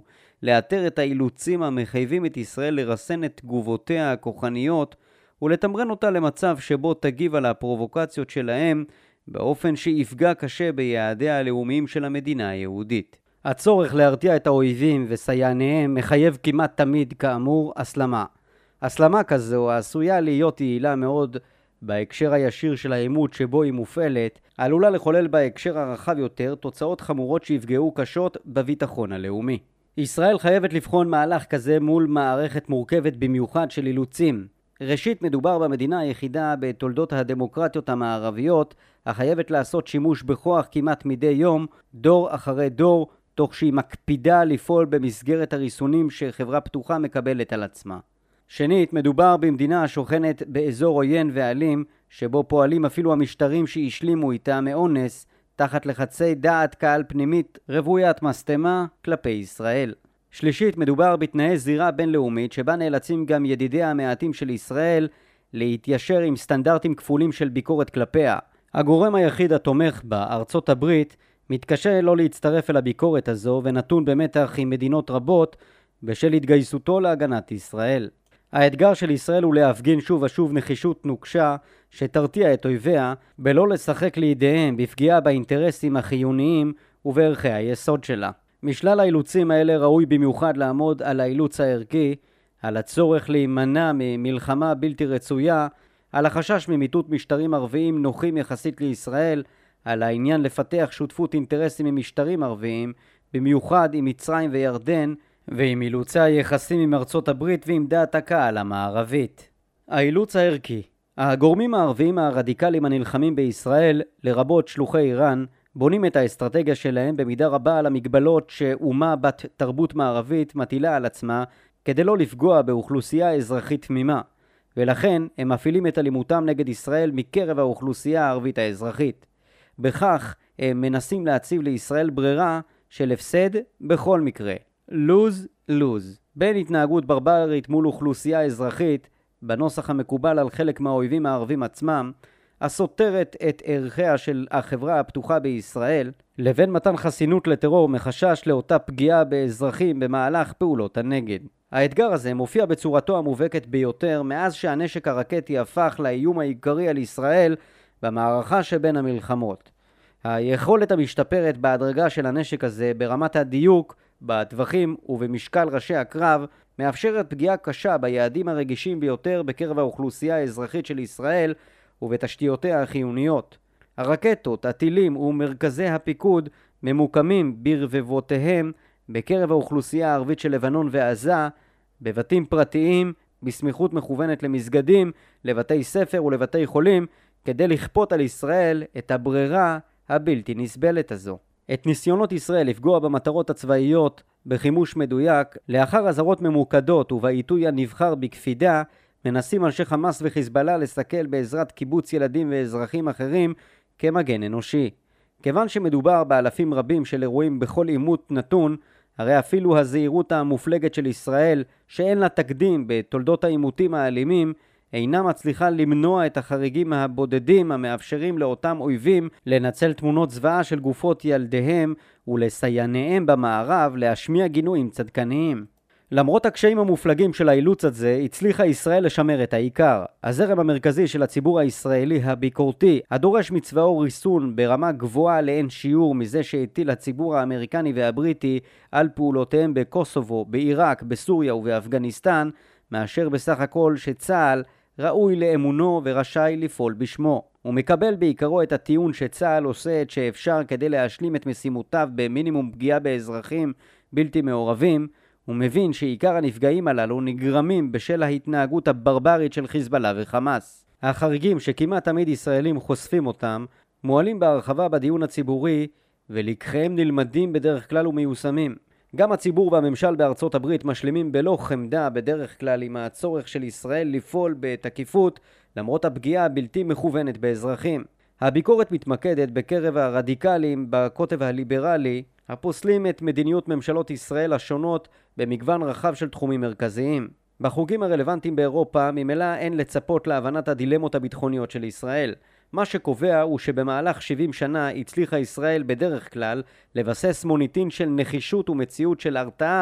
לאתר את האילוצים המחייבים את ישראל לרסן את תגובותיה הכוחניות ולתמרן אותה למצב שבו תגיב על הפרובוקציות שלהם באופן שיפגע קשה ביעדיה הלאומיים של המדינה היהודית. הצורך להרתיע את האויבים וסייעניהם מחייב כמעט תמיד, כאמור, הסלמה. הסלמה כזו עשויה להיות יעילה מאוד בהקשר הישיר של העימות שבו היא מופעלת, עלולה לחולל בהקשר הרחב יותר תוצאות חמורות שיפגעו קשות בביטחון הלאומי. ישראל חייבת לבחון מהלך כזה מול מערכת מורכבת במיוחד של אילוצים. ראשית, מדובר במדינה היחידה בתולדות הדמוקרטיות המערביות החייבת לעשות שימוש בכוח כמעט מדי יום, דור אחרי דור, תוך שהיא מקפידה לפעול במסגרת הריסונים שחברה פתוחה מקבלת על עצמה. שנית, מדובר במדינה השוכנת באזור עוין ואלים, שבו פועלים אפילו המשטרים שהשלימו איתה מאונס, תחת לחצי דעת קהל פנימית רוויית מסתמה כלפי ישראל. שלישית, מדובר בתנאי זירה בינלאומית שבה נאלצים גם ידידיה המעטים של ישראל להתיישר עם סטנדרטים כפולים של ביקורת כלפיה. הגורם היחיד התומך בה, ארצות הברית, מתקשה לא להצטרף אל הביקורת הזו ונתון במתח עם מדינות רבות בשל התגייסותו להגנת ישראל. האתגר של ישראל הוא להפגין שוב ושוב נחישות נוקשה שתרתיע את אויביה בלא לשחק לידיהם בפגיעה באינטרסים החיוניים ובערכי היסוד שלה. משלל האילוצים האלה ראוי במיוחד לעמוד על האילוץ הערכי, על הצורך להימנע ממלחמה בלתי רצויה, על החשש ממיטוט משטרים ערביים נוחים יחסית לישראל, על העניין לפתח שותפות אינטרסים עם משטרים ערביים, במיוחד עם מצרים וירדן, ועם אילוצי היחסים עם ארצות הברית ועם דעת הקהל המערבית. האילוץ הערכי. הגורמים הערביים הרדיקליים הנלחמים בישראל, לרבות שלוחי איראן, בונים את האסטרטגיה שלהם במידה רבה על המגבלות שאומה בת תרבות מערבית מטילה על עצמה כדי לא לפגוע באוכלוסייה אזרחית תמימה, ולכן הם מפעילים את אלימותם נגד ישראל מקרב האוכלוסייה הערבית האזרחית. בכך הם מנסים להציב לישראל ברירה של הפסד בכל מקרה. לוז. בין התנהגות ברברית מול אוכלוסייה אזרחית, בנוסח המקובל על חלק מהאויבים הערבים עצמם, הסותרת את ערכיה של החברה הפתוחה בישראל, לבין מתן חסינות לטרור מחשש לאותה פגיעה באזרחים במהלך פעולות הנגד. האתגר הזה מופיע בצורתו המובהקת ביותר מאז שהנשק הרקטי הפך לאיום העיקרי על ישראל במערכה שבין המלחמות. היכולת המשתפרת בהדרגה של הנשק הזה ברמת הדיוק, בטווחים ובמשקל ראשי הקרב, מאפשרת פגיעה קשה ביעדים הרגישים ביותר בקרב האוכלוסייה האזרחית של ישראל ובתשתיותיה החיוניות. הרקטות, הטילים ומרכזי הפיקוד ממוקמים ברבבותיהם בקרב האוכלוסייה הערבית של לבנון ועזה, בבתים פרטיים, בסמיכות מכוונת למסגדים, לבתי ספר ולבתי חולים, כדי לכפות על ישראל את הברירה הבלתי נסבלת הזו. את ניסיונות ישראל לפגוע במטרות הצבאיות בחימוש מדויק, לאחר אזהרות ממוקדות ובעיתוי הנבחר בקפידה, מנסים אנשי חמאס וחיזבאללה לסכל בעזרת קיבוץ ילדים ואזרחים אחרים כמגן אנושי. כיוון שמדובר באלפים רבים של אירועים בכל עימות נתון, הרי אפילו הזהירות המופלגת של ישראל, שאין לה תקדים בתולדות העימותים האלימים, אינה מצליחה למנוע את החריגים הבודדים המאפשרים לאותם אויבים לנצל תמונות זוועה של גופות ילדיהם ולסייעניהם במערב להשמיע גינויים צדקניים. למרות הקשיים המופלגים של האילוץ הזה, הצליחה ישראל לשמר את העיקר. הזרם המרכזי של הציבור הישראלי הביקורתי, הדורש מצבאו ריסון ברמה גבוהה לאין שיעור מזה שהטיל הציבור האמריקני והבריטי על פעולותיהם בקוסובו, בעיראק, בסוריה ובאפגניסטן, מאשר בסך הכל שצה"ל ראוי לאמונו ורשאי לפעול בשמו. הוא מקבל בעיקרו את הטיעון שצה"ל עושה את שאפשר כדי להשלים את משימותיו במינימום פגיעה באזרחים בלתי מעורבים, הוא מבין שעיקר הנפגעים הללו נגרמים בשל ההתנהגות הברברית של חיזבאללה וחמאס. החריגים שכמעט תמיד ישראלים חושפים אותם, מועלים בהרחבה בדיון הציבורי, ולקחיהם נלמדים בדרך כלל ומיושמים. גם הציבור והממשל בארצות הברית משלימים בלא חמדה בדרך כלל עם הצורך של ישראל לפעול בתקיפות, למרות הפגיעה הבלתי מכוונת באזרחים. הביקורת מתמקדת בקרב הרדיקלים בקוטב הליברלי, הפוסלים את מדיניות ממשלות ישראל השונות במגוון רחב של תחומים מרכזיים. בחוגים הרלוונטיים באירופה ממילא אין לצפות להבנת הדילמות הביטחוניות של ישראל. מה שקובע הוא שבמהלך 70 שנה הצליחה ישראל בדרך כלל לבסס מוניטין של נחישות ומציאות של הרתעה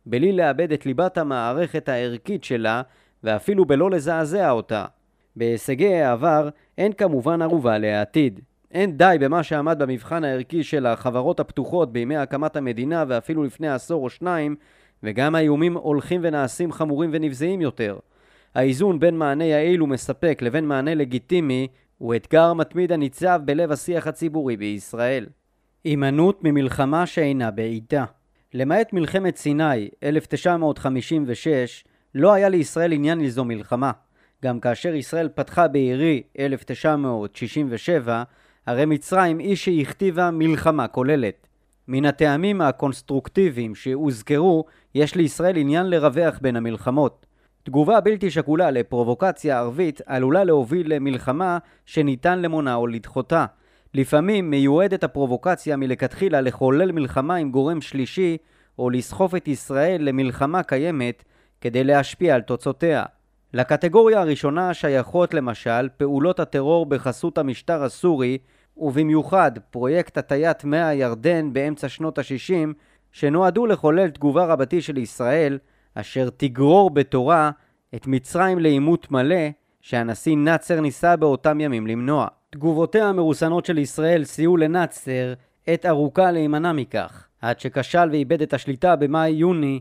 בלי לאבד את ליבת המערכת הערכית שלה ואפילו בלא לזעזע אותה. בהישגי העבר אין כמובן ערובה לעתיד. אין די במה שעמד במבחן הערכי של החברות הפתוחות בימי הקמת המדינה ואפילו לפני עשור או שניים, וגם האיומים הולכים ונעשים חמורים ונבזיים יותר. האיזון בין מענה יעיל ומספק לבין מענה לגיטימי הוא אתגר מתמיד הניצב בלב השיח הציבורי בישראל. הימנעות ממלחמה שאינה בעיטה. למעט מלחמת סיני 1956 לא היה לישראל עניין ליזום מלחמה. גם כאשר ישראל פתחה בעירי 1967, הרי מצרים היא שהכתיבה מלחמה כוללת. מן הטעמים הקונסטרוקטיביים שהוזכרו, יש לישראל עניין לרווח בין המלחמות. תגובה בלתי שקולה לפרובוקציה ערבית עלולה להוביל למלחמה שניתן למונעה או לדחותה. לפעמים מיועדת הפרובוקציה מלכתחילה לחולל מלחמה עם גורם שלישי או לסחוף את ישראל למלחמה קיימת כדי להשפיע על תוצאותיה. לקטגוריה הראשונה שייכות למשל פעולות הטרור בחסות המשטר הסורי, ובמיוחד פרויקט הטיית מי הירדן באמצע שנות ה-60 שנועדו לחולל תגובה רבתי של ישראל אשר תגרור בתורה את מצרים לעימות מלא שהנשיא נאצר ניסה באותם ימים למנוע. תגובותיה המרוסנות של ישראל סייעו לנאצר עת ארוכה להימנע מכך, עד שכשל ואיבד את השליטה במאי-יוני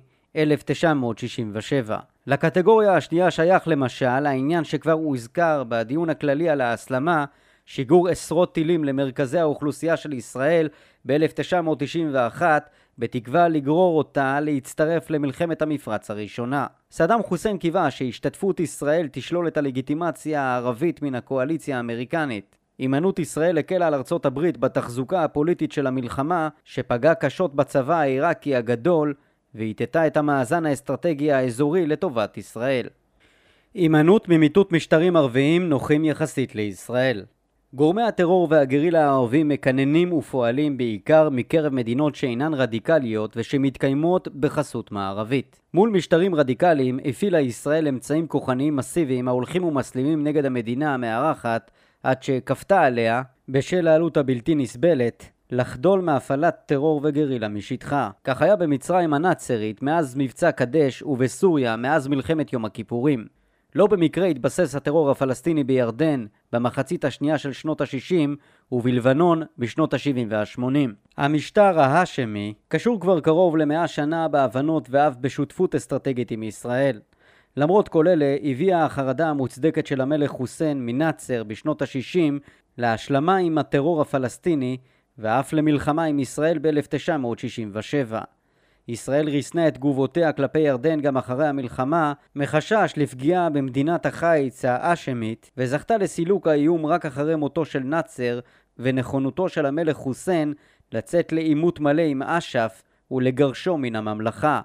1967. לקטגוריה השנייה שייך למשל העניין שכבר הוזכר בדיון הכללי על ההסלמה, שיגור עשרות טילים למרכזי האוכלוסייה של ישראל ב-1991 בתקווה לגרור אותה להצטרף למלחמת המפרץ הראשונה. סדאם חוסיין קיווה שהשתתפות ישראל תשלול את הלגיטימציה הערבית מן הקואליציה האמריקנית. הימנעות ישראל הקלה על ארצות הברית בתחזוקה הפוליטית של המלחמה שפגעה קשות בצבא העיראקי הגדול והיטטה את המאזן האסטרטגי האזורי לטובת ישראל. הימנעות ממיטוט משטרים ערביים נוחים יחסית לישראל. גורמי הטרור והגרילה הערבים מקננים ופועלים בעיקר מקרב מדינות שאינן רדיקליות ושמתקיימות בחסות מערבית. מול משטרים רדיקליים הפעילה ישראל אמצעים כוחניים מסיביים ההולכים ומסלימים נגד המדינה המארחת עד שכפתה עליה, בשל העלות הבלתי נסבלת, לחדול מהפעלת טרור וגרילה משטחה. כך היה במצרים הנאצרית מאז מבצע קדש ובסוריה מאז מלחמת יום הכיפורים. לא במקרה התבסס הטרור הפלסטיני בירדן במחצית השנייה של שנות ה-60 ובלבנון בשנות ה-70 וה-80. המשטר ההשמי קשור כבר קרוב ל100 שנה בהבנות ואף בשותפות אסטרטגית עם ישראל. למרות כל אלה הביאה החרדה המוצדקת של המלך חוסיין מנאצר בשנות ה-60 להשלמה עם הטרור הפלסטיני ואף למלחמה עם ישראל ב-1967. ישראל ריסנה את תגובותיה כלפי ירדן גם אחרי המלחמה מחשש לפגיעה במדינת החיץ האשמית וזכתה לסילוק האיום רק אחרי מותו של נאצר ונכונותו של המלך חוסיין לצאת לעימות מלא עם אש"ף ולגרשו מן הממלכה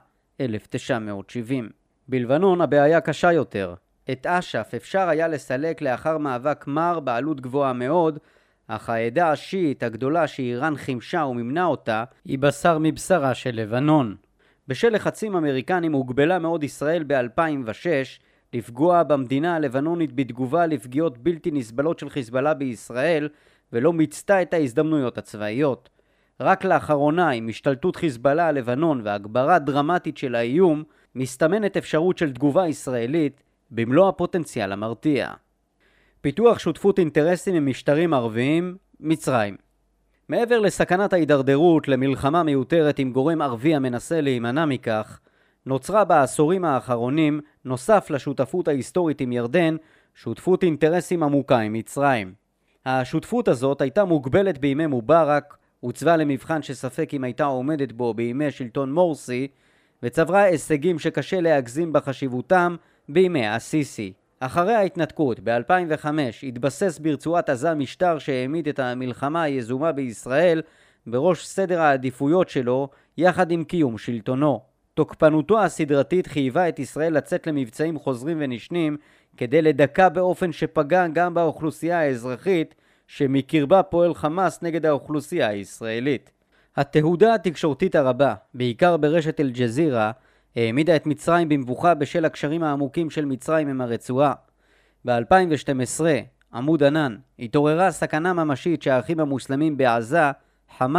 1970. בלבנון הבעיה קשה יותר. את אש"ף אפשר היה לסלק לאחר מאבק מר בעלות גבוהה מאוד, אך העדה השיעית הגדולה שאיראן חימשה וממנה אותה היא בשר מבשרה של לבנון. בשל לחצים אמריקנים הוגבלה מאוד ישראל ב-2006 לפגוע במדינה הלבנונית בתגובה לפגיעות בלתי נסבלות של חיזבאללה בישראל ולא מיצתה את ההזדמנויות הצבאיות. רק לאחרונה עם השתלטות חיזבאללה על לבנון והגברה דרמטית של האיום מסתמנת אפשרות של תגובה ישראלית במלוא הפוטנציאל המרתיע. פיתוח שותפות אינטרסים עם משטרים ערביים, מצרים. מעבר לסכנת ההידרדרות למלחמה מיותרת עם גורם ערבי המנסה להימנע מכך, נוצרה בעשורים האחרונים, נוסף לשותפות ההיסטורית עם ירדן, שותפות אינטרסים עמוקה עם מצרים. השותפות הזאת הייתה מוגבלת בימי מובארק, הוצבה למבחן שספק אם הייתה עומדת בו בימי שלטון מורסי, וצברה הישגים שקשה להגזים בחשיבותם בימי הסיסי. אחרי ההתנתקות ב-2005 התבסס ברצועת עזה משטר שהעמיד את המלחמה היזומה בישראל בראש סדר העדיפויות שלו יחד עם קיום שלטונו. תוקפנותו הסדרתית חייבה את ישראל לצאת למבצעים חוזרים ונשנים כדי לדכא באופן שפגע גם באוכלוסייה האזרחית שמקרבה פועל חמאס נגד האוכלוסייה הישראלית. התהודה התקשורתית הרבה, בעיקר ברשת אל-ג'זירה, העמידה את מצרים במבוכה בשל הקשרים העמוקים של מצרים עם הרצועה. ב-2012, עמוד ענן, התעוררה סכנה ממשית שהאחים המוסלמים בעזה, חמאס,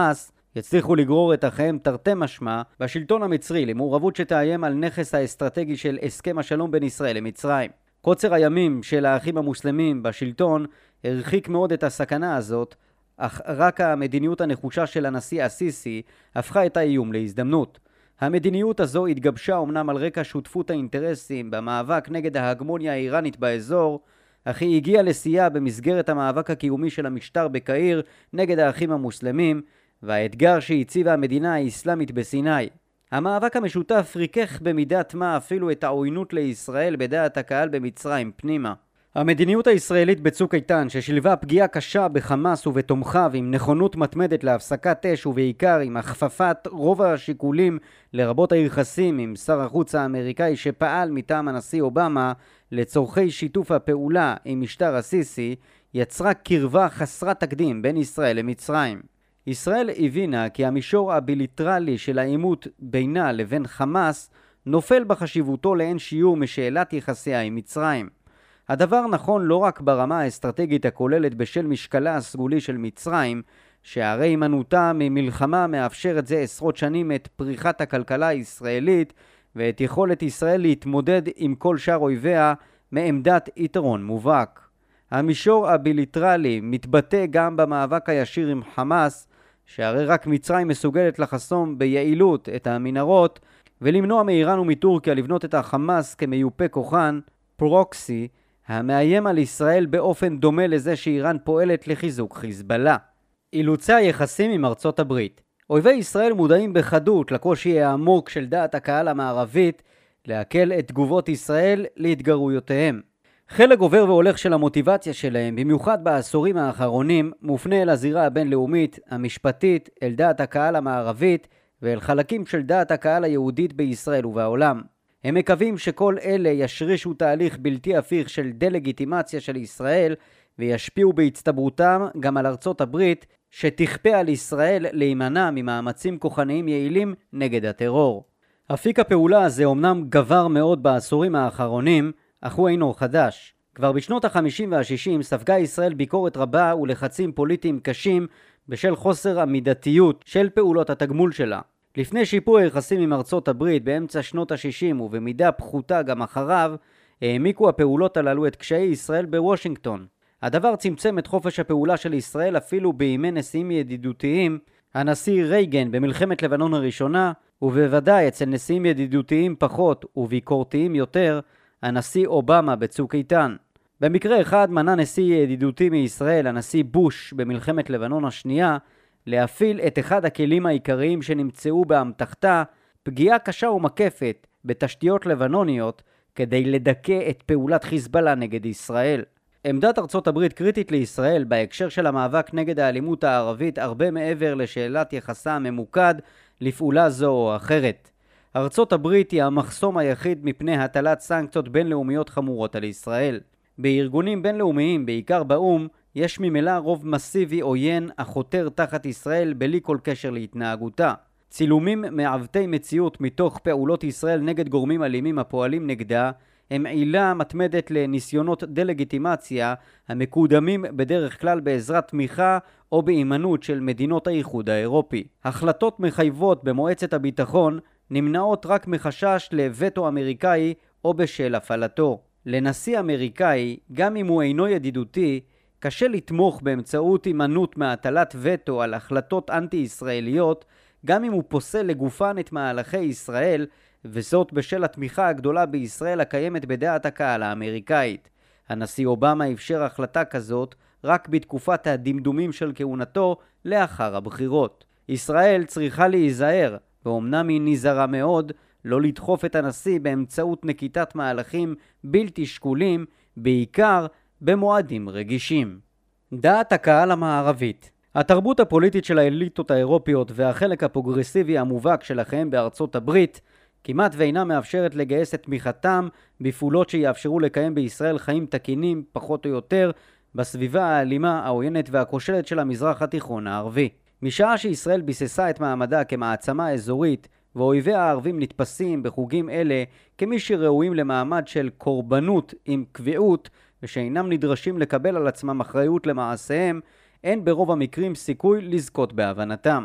יצליחו לגרור את אחיהם תרתי משמע בשלטון המצרי למעורבות שתאיים על נכס האסטרטגי של הסכם השלום בין ישראל למצרים. קוצר הימים של האחים המוסלמים בשלטון הרחיק מאוד את הסכנה הזאת, אך רק המדיניות הנחושה של הנשיא הסיסי הפכה את האיום להזדמנות. המדיניות הזו התגבשה אומנם על רקע שותפות האינטרסים במאבק נגד ההגמוניה האיראנית באזור, אך היא הגיעה לשיאה במסגרת המאבק הקיומי של המשטר בקהיר נגד האחים המוסלמים, והאתגר שהציבה המדינה האסלאמית בסיני. המאבק המשותף ריכך במידת מה אפילו את העוינות לישראל בדעת הקהל במצרים פנימה. המדיניות הישראלית בצוק איתן, ששילבה פגיעה קשה בחמאס ובתומכיו עם נכונות מתמדת להפסקת אש ובעיקר עם הכפפת רוב השיקולים לרבות היחסים עם שר החוץ האמריקאי שפעל מטעם הנשיא אובמה לצורכי שיתוף הפעולה עם משטר הסיסי, יצרה קרבה חסרת תקדים בין ישראל למצרים. ישראל הבינה כי המישור הבילטרלי של העימות בינה לבין חמאס נופל בחשיבותו לאין שיעור משאלת יחסיה עם מצרים. הדבר נכון לא רק ברמה האסטרטגית הכוללת בשל משקלה הסגולי של מצרים, שהרי הימנעותה ממלחמה מאפשרת זה עשרות שנים את פריחת הכלכלה הישראלית ואת יכולת ישראל להתמודד עם כל שאר אויביה מעמדת יתרון מובהק. המישור הבילטרלי מתבטא גם במאבק הישיר עם חמאס, שהרי רק מצרים מסוגלת לחסום ביעילות את המנהרות ולמנוע מאיראן ומטורקיה לבנות את החמאס כמיופה כוחן, פרוקסי, המאיים על ישראל באופן דומה לזה שאיראן פועלת לחיזוק חיזבאללה. אילוצי היחסים עם ארצות הברית. אויבי ישראל מודעים בחדות לקושי העמוק של דעת הקהל המערבית להקל את תגובות ישראל להתגרויותיהם. חלק עובר והולך של המוטיבציה שלהם, במיוחד בעשורים האחרונים, מופנה אל הזירה הבינלאומית, המשפטית, אל דעת הקהל המערבית ואל חלקים של דעת הקהל היהודית בישראל ובעולם. הם מקווים שכל אלה ישרישו תהליך בלתי הפיך של דלגיטימציה של ישראל וישפיעו בהצטברותם גם על ארצות הברית, שתכפה על ישראל להימנע ממאמצים כוחניים יעילים נגד הטרור. אפיק הפעולה הזה אומנם גבר מאוד בעשורים האחרונים, אך הוא אינו חדש. כבר בשנות ה-50 וה-60 ספגה ישראל ביקורת רבה ולחצים פוליטיים קשים בשל חוסר המידתיות של פעולות התגמול שלה. לפני שיפור היחסים עם ארצות הברית באמצע שנות ה-60 ובמידה פחותה גם אחריו, העמיקו הפעולות הללו את קשיי ישראל בוושינגטון. הדבר צמצם את חופש הפעולה של ישראל אפילו בימי נשיאים ידידותיים, הנשיא רייגן במלחמת לבנון הראשונה, ובוודאי אצל נשיאים ידידותיים פחות וביקורתיים יותר, הנשיא אובמה בצוק איתן. במקרה אחד מנע נשיא ידידותי מישראל, הנשיא בוש במלחמת לבנון השנייה, להפעיל את אחד הכלים העיקריים שנמצאו באמתחתה, פגיעה קשה ומקפת בתשתיות לבנוניות כדי לדכא את פעולת חיזבאללה נגד ישראל. עמדת ארצות הברית קריטית לישראל בהקשר של המאבק נגד האלימות הערבית הרבה מעבר לשאלת יחסה הממוקד לפעולה זו או אחרת. ארצות הברית היא המחסום היחיד מפני הטלת סנקציות בינלאומיות חמורות על ישראל. בארגונים בינלאומיים, בעיקר באום, יש ממילא רוב מסיבי עוין החותר תחת ישראל בלי כל קשר להתנהגותה. צילומים מעוותי מציאות מתוך פעולות ישראל נגד גורמים אלימים הפועלים נגדה הם עילה מתמדת לניסיונות דלגיטימציה המקודמים בדרך כלל בעזרת תמיכה או בהימנעות של מדינות האיחוד האירופי. החלטות מחייבות במועצת הביטחון נמנעות רק מחשש לווטו אמריקאי או בשל הפעלתו. לנשיא אמריקאי, גם אם הוא אינו ידידותי, קשה לתמוך באמצעות הימנעות מהטלת וטו על החלטות אנטי-ישראליות, גם אם הוא פוסל לגופן את מהלכי ישראל, וזאת בשל התמיכה הגדולה בישראל הקיימת בדעת הקהל האמריקאית. הנשיא אובמה אפשר החלטה כזאת רק בתקופת הדמדומים של כהונתו לאחר הבחירות. ישראל צריכה להיזהר, ואומנם היא נזהרה מאוד, לא לדחוף את הנשיא באמצעות נקיטת מהלכים בלתי שקולים, בעיקר במועדים רגישים. דעת הקהל המערבית. התרבות הפוליטית של האליטות האירופיות והחלק הפרוגרסיבי המובהק שלכם בארצות הברית כמעט ואינה מאפשרת לגייס את תמיכתם בפעולות שיאפשרו לקיים בישראל חיים תקינים פחות או יותר בסביבה האלימה, העוינת והכושלת של המזרח התיכון הערבי. משעה שישראל ביססה את מעמדה כמעצמה אזורית ואויביה הערבים נתפסים בחוגים אלה כמי שראויים למעמד של קורבנות עם קביעות ושאינם נדרשים לקבל על עצמם אחריות למעשיהם, אין ברוב המקרים סיכוי לזכות בהבנתם.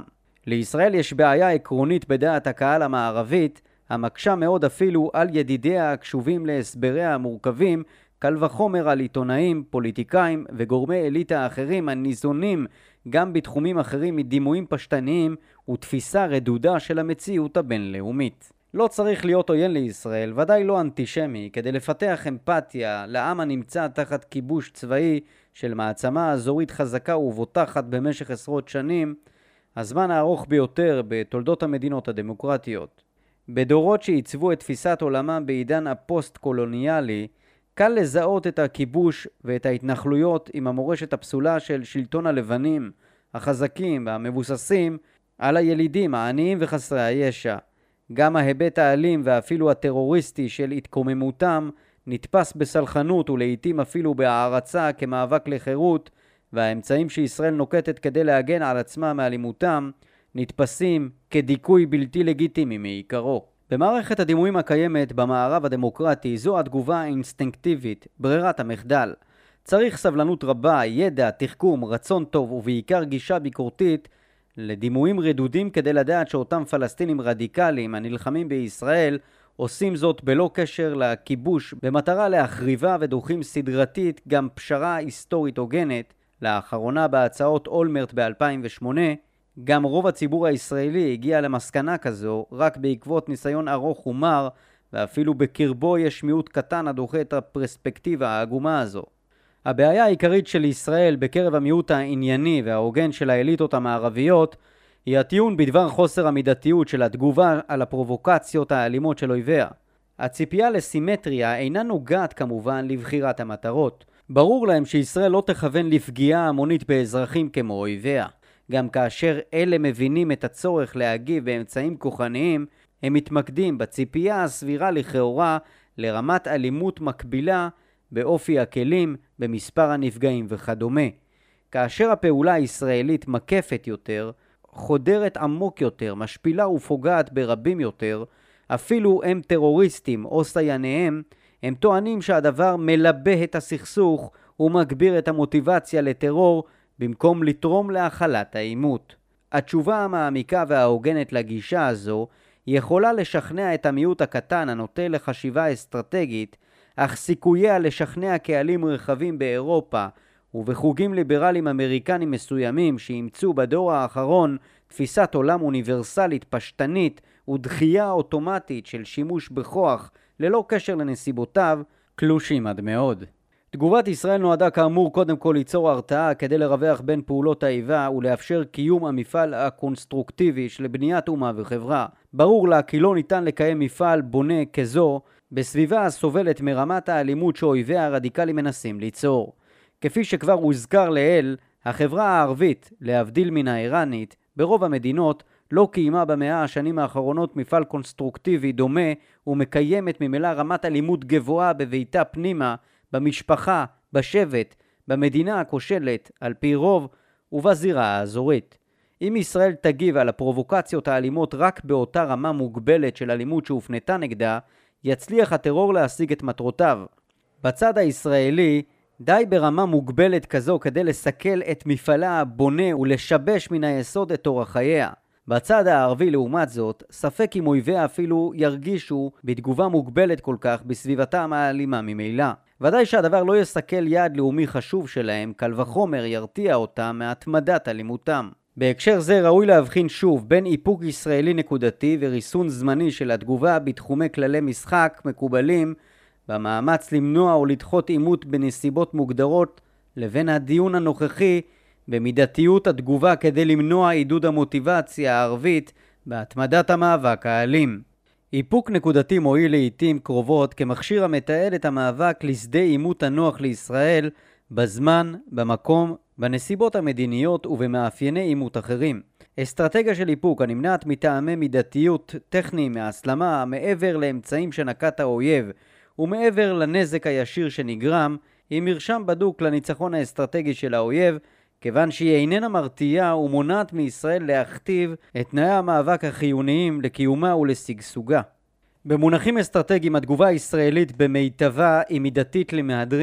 לישראל יש בעיה עקרונית בדעת הקהל המערבית, המקשה מאוד אפילו על ידידיה הקשובים להסבריה המורכבים, קל וחומר על עיתונאים, פוליטיקאים וגורמי אליטה אחרים הניזונים גם בתחומים אחרים מדימויים פשטניים ותפיסה רדודה של המציאות הבינלאומית. לא צריך להיות עוין לישראל, ודאי לא אנטישמי, כדי לפתח אמפתיה לעם הנמצא תחת כיבוש צבאי של מעצמה אזורית חזקה ובוטחת במשך עשרות שנים, הזמן הארוך ביותר בתולדות המדינות הדמוקרטיות. בדורות שעיצבו את תפיסת עולמם בעידן הפוסט-קולוניאלי, קל לזהות את הכיבוש ואת ההתנחלויות עם המורשת הפסולה של שלטון הלבנים, החזקים והמבוססים, על הילידים, העניים וחסרי הישע. גם ההיבט האלים ואפילו הטרוריסטי של התקוממותם נתפס בסלחנות ולעיתים אפילו בהערצה כמאבק לחירות, והאמצעים שישראל נוקטת כדי להגן על עצמה מאלימותם נתפסים כדיכוי בלתי לגיטימי מעיקרו. במערכת הדימויים הקיימת במערב הדמוקרטי זו התגובה האינסטינקטיבית, ברירת המחדל. צריך סבלנות רבה, ידע, תחכום, רצון טוב ובעיקר גישה ביקורתית לדימויים רדודים כדי לדעת שאותם פלסטינים רדיקליים הנלחמים בישראל עושים זאת בלא קשר לכיבוש במטרה להחריבה ודוחים סדרתית גם פשרה היסטורית הוגנת. לאחרונה בהצעות אולמרט ב-2008 גם רוב הציבור הישראלי הגיע למסקנה כזו רק בעקבות ניסיון ארוך ומר, ואפילו בקרבו יש מיעוט קטן הדוחה את הפרספקטיבה העגומה הזו. הבעיה העיקרית של ישראל בקרב המיעוט הענייני וההוגן של האליטות המערביות היא הטיעון בדבר חוסר המידתיות של התגובה על הפרובוקציות האלימות של אויביה. הציפייה לסימטריה אינה נוגעת כמובן לבחירת המטרות. ברור להם שישראל לא תכוון לפגיעה המונית באזרחים כמו אויביה. גם כאשר אלה מבינים את הצורך להגיב באמצעים כוחניים, הם מתמקדים בציפייה הסבירה לכאורה לרמת אלימות מקבילה באופי הכלים, במספר הנפגעים וכדומה. כאשר הפעולה הישראלית מקפת יותר, חודרת עמוק יותר, משפילה ופוגעת ברבים יותר, אפילו הם טרוריסטים או סייניהם, הם טוענים שהדבר מלבה את הסכסוך ומגביר את המוטיבציה לטרור במקום לתרום להחלת העימות. התשובה המעמיקה וההוגנת לגישה הזו יכולה לשכנע את המיעוט הקטן הנוטה לחשיבה אסטרטגית, אך סיכוייה לשכנע קהלים רחבים באירופה ובחוגים ליברליים אמריקנים מסוימים שאימצו בדור האחרון תפיסת עולם אוניברסלית פשטנית ודחייה אוטומטית של שימוש בכוח ללא קשר לנסיבותיו, קלושים עד מאוד. תגובת ישראל נועדה כאמור קודם כל ליצור הרתעה כדי לרווח בין פעולות האיבה ולאפשר קיום המפעל הקונסטרוקטיבי של בניית אומה וחברה. ברור לה כי לא ניתן לקיים מפעל בונה כזו בסביבה הסובלת מרמת האלימות שאויביה הרדיקליים מנסים ליצור. כפי שכבר הוזכר לעיל, החברה הערבית, להבדיל מן האיראנית, ברוב המדינות לא קיימה במאה השנים האחרונות מפעל קונסטרוקטיבי דומה ומקיימת ממילא רמת אלימות גבוהה בביתה פנימה, במשפחה, בשבט, במדינה הכושלת, על פי רוב, ובזירה האזורית. אם ישראל תגיב על הפרובוקציות האלימות רק באותה רמה מוגבלת של אלימות שהופנתה נגדה, יצליח הטרור להשיג את מטרותיו. בצד הישראלי, די ברמה מוגבלת כזו כדי לסכל את מפעלה הבונה ולשבש מן היסוד את אורח חייה. בצד הערבי לעומת זאת, ספק אם אויביה אפילו ירגישו בתגובה מוגבלת כל כך בסביבתם האלימה ממילא. ודאי שהדבר לא יסכל יעד לאומי חשוב שלהם, קל וחומר ירתיע אותם מהתמדת אלימותם. בהקשר זה ראוי להבחין שוב בין איפוק ישראלי נקודתי וריסון זמני של התגובה בתחומי כללי משחק מקובלים במאמץ למנוע או לדחות עימות בנסיבות מוגדרות לבין הדיון הנוכחי במידתיות התגובה כדי למנוע עידוד המוטיבציה הערבית בהתמדת המאבק האלים. איפוק נקודתי מועיל לעתים קרובות כמכשיר המתעד את המאבק לשדה עימות הנוח לישראל בזמן, במקום, בנסיבות המדיניות ובמאפייני עימות אחרים. אסטרטגיה של איפוק הנמנעת מטעמי מידתיות טכניים מהסלמה מעבר לאמצעים שנקט האויב ומעבר לנזק הישיר שנגרם, היא מרשם בדוק לניצחון האסטרטגי של האויב, כיוון שהיא איננה מרתיעה ומונעת מישראל להכתיב את תנאי המאבק החיוניים לקיומה ולשגשוגה. במונחים אסטרטגיים התגובה הישראלית במיטבה היא מידתית למהדרין.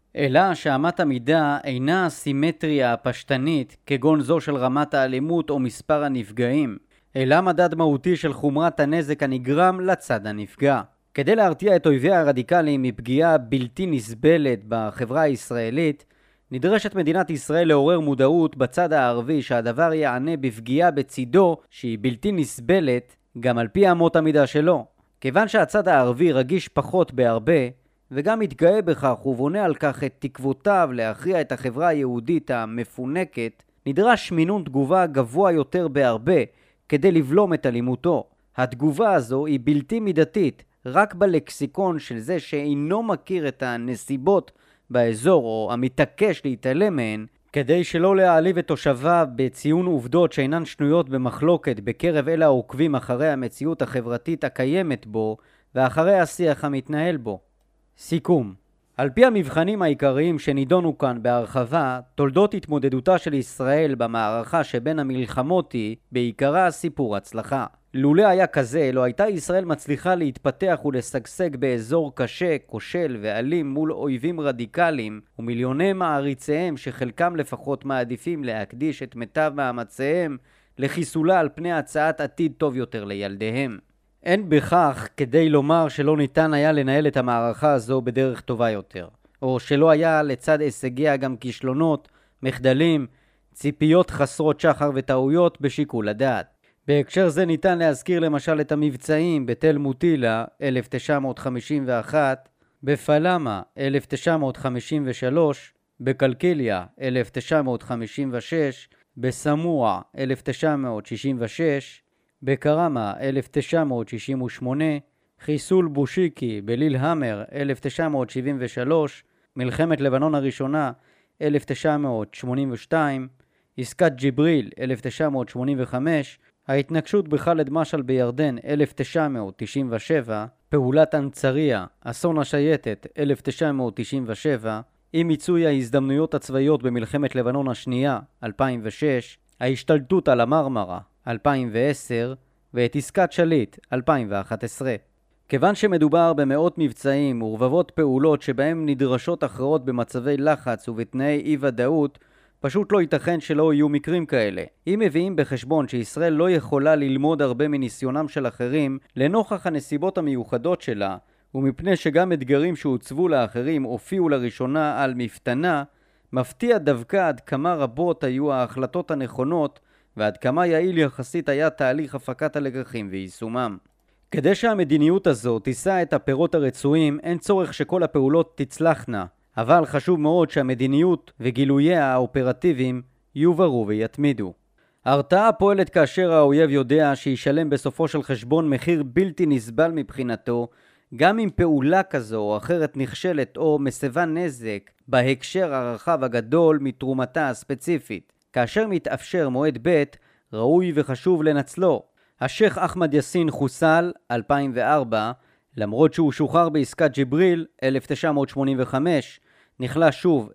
אלא שאמת המידה אינה הסימטריה הפשטנית כגון זו של רמת האלימות או מספר הנפגעים, אלא מדד מהותי של חומרת הנזק הנגרם לצד הנפגע. כדי להרתיע את אויביה הרדיקליים מפגיעה בלתי נסבלת בחברה הישראלית, נדרשת מדינת ישראל לעורר מודעות בצד הערבי שהדבר יענה בפגיעה בצידו שהיא בלתי נסבלת גם על פי אמות המידה שלו. כיוון שהצד הערבי רגיש פחות בהרבה וגם מתגאה בכך ובונה על כך את תקוותיו להכריע את החברה היהודית המפונקת, נדרש מינון תגובה גבוה יותר בהרבה כדי לבלום את אלימותו. התגובה הזו היא בלתי מידתית רק בלקסיקון של זה שאינו מכיר את הנסיבות באזור או המתעקש להתעלם מהן, כדי שלא להעליב את תושביו בציון עובדות שאינן שנויות במחלוקת בקרב אלה העוקבים אחרי המציאות החברתית הקיימת בו ואחרי השיח המתנהל בו. סיכום. על פי המבחנים העיקריים שנידונו כאן בהרחבה, תולדות התמודדותה של ישראל במערכה שבין המלחמות היא בעיקרה סיפור הצלחה. לולא היה כזה, לא הייתה ישראל מצליחה להתפתח ולשגשג באזור קשה, כושל ואלים מול אויבים רדיקליים ומיליוני מעריציהם שחלקם לפחות מעדיפים להקדיש את מיטב מאמציהם לחיסולה על פני הצעת עתיד טוב יותר לילדיהם. אין בכך כדי לומר שלא ניתן היה לנהל את המערכה הזו בדרך טובה יותר, או שלא היה לצד הישגיה גם כישלונות, מחדלים, ציפיות חסרות שחר וטעויות בשיקול הדעת. בהקשר זה ניתן להזכיר למשל את המבצעים בתל מוטילה 1951, בפלמה 1953, בקלקיליה 1956, בסמוע 1966, בקרמה 1968, חיסול בושיקי בליל המר 1973, מלחמת לבנון הראשונה 1982, עסקת ג'יבריל 1985, ההתנקשות בח'אלד משעל בירדן 1997, פעולת אנצריה, אסון השייטת 1997, עם מיצוי ההזדמנויות הצבאיות במלחמת לבנון השנייה 2006, ההשתלטות על המרמרה 2010 ואת עסקת שליט 2011. כיוון שמדובר במאות מבצעים ורבבות פעולות שבהם נדרשות הכרעות במצבי לחץ ובתנאי אי ודאות, פשוט לא ייתכן שלא יהיו מקרים כאלה. אם מביאים בחשבון שישראל לא יכולה ללמוד הרבה מניסיונם של אחרים לנוכח הנסיבות המיוחדות שלה, ומפני שגם אתגרים שהוצבו לאחרים הופיעו לראשונה על מפתנה, מפתיע דווקא עד כמה רבות היו ההחלטות הנכונות ועד כמה יעיל יחסית היה תהליך הפקת הלקחים ויישומם. כדי שהמדיניות הזו תישא את הפירות הרצויים, אין צורך שכל הפעולות תצלחנה, אבל חשוב מאוד שהמדיניות וגילוייה האופרטיביים יוברו ויתמידו. ההרתעה פועלת כאשר האויב יודע שישלם בסופו של חשבון מחיר בלתי נסבל מבחינתו, גם אם פעולה כזו או אחרת נכשלת או מסבה נזק בהקשר הרחב הגדול מתרומתה הספציפית. כאשר מתאפשר מועד ב', ראוי וחשוב לנצלו. השייח אחמד יאסין חוסל 2004, למרות שהוא שוחרר בעסקת ג'יבריל 1985, נכלה שוב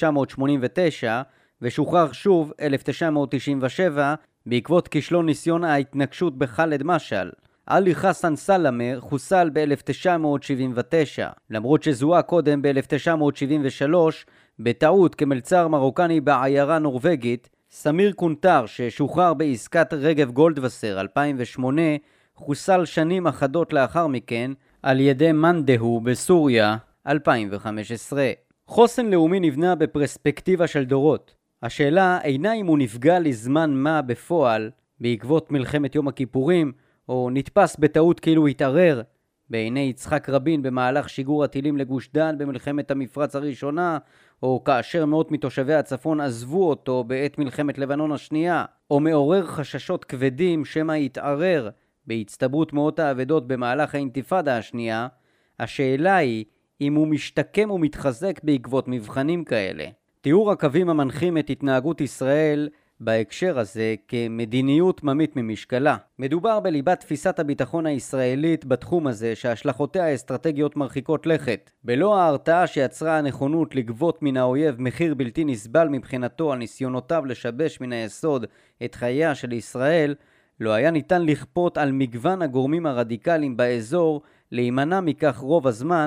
1989 ושוחרר שוב 1997 בעקבות כישלון ניסיון ההתנקשות בח'אלד משעל. עלי חסן סלמה חוסל ב-1979, למרות שזוהה קודם ב-1973 בטעות כמלצר מרוקני בעיירה נורווגית. סמיר קונטר ששוחרר בעסקת רגב גולדווסר 2008 חוסל שנים אחדות לאחר מכן על ידי מנדהו בסוריה 2015. חוסן לאומי נבנה בפרספקטיבה של דורות. השאלה אינה אם הוא נפגע לזמן מה בפועל בעקבות מלחמת יום הכיפורים, או נתפס בטעות כאילו התערער בעיני יצחק רבין במהלך שיגור הטילים לגוש דן במלחמת המפרץ הראשונה, או כאשר מאות מתושבי הצפון עזבו אותו בעת מלחמת לבנון השנייה, או מעורר חששות כבדים שמא יתערער בהצטברות מאות האבדות במהלך האינתיפאדה השנייה. השאלה היא אם הוא משתקם ומתחזק בעקבות מבחנים כאלה. תיאור הקווים המנחים את התנהגות ישראל בהקשר הזה כמדיניות ממית ממשקלה. מדובר בליבת תפיסת הביטחון הישראלית בתחום הזה שהשלכותיה האסטרטגיות מרחיקות לכת. בלא ההרתעה שיצרה הנכונות לגבות מן האויב מחיר בלתי נסבל מבחינתו על ניסיונותיו לשבש מן היסוד את חייה של ישראל, לא היה ניתן לכפות על מגוון הגורמים הרדיקליים באזור להימנע מכך רוב הזמן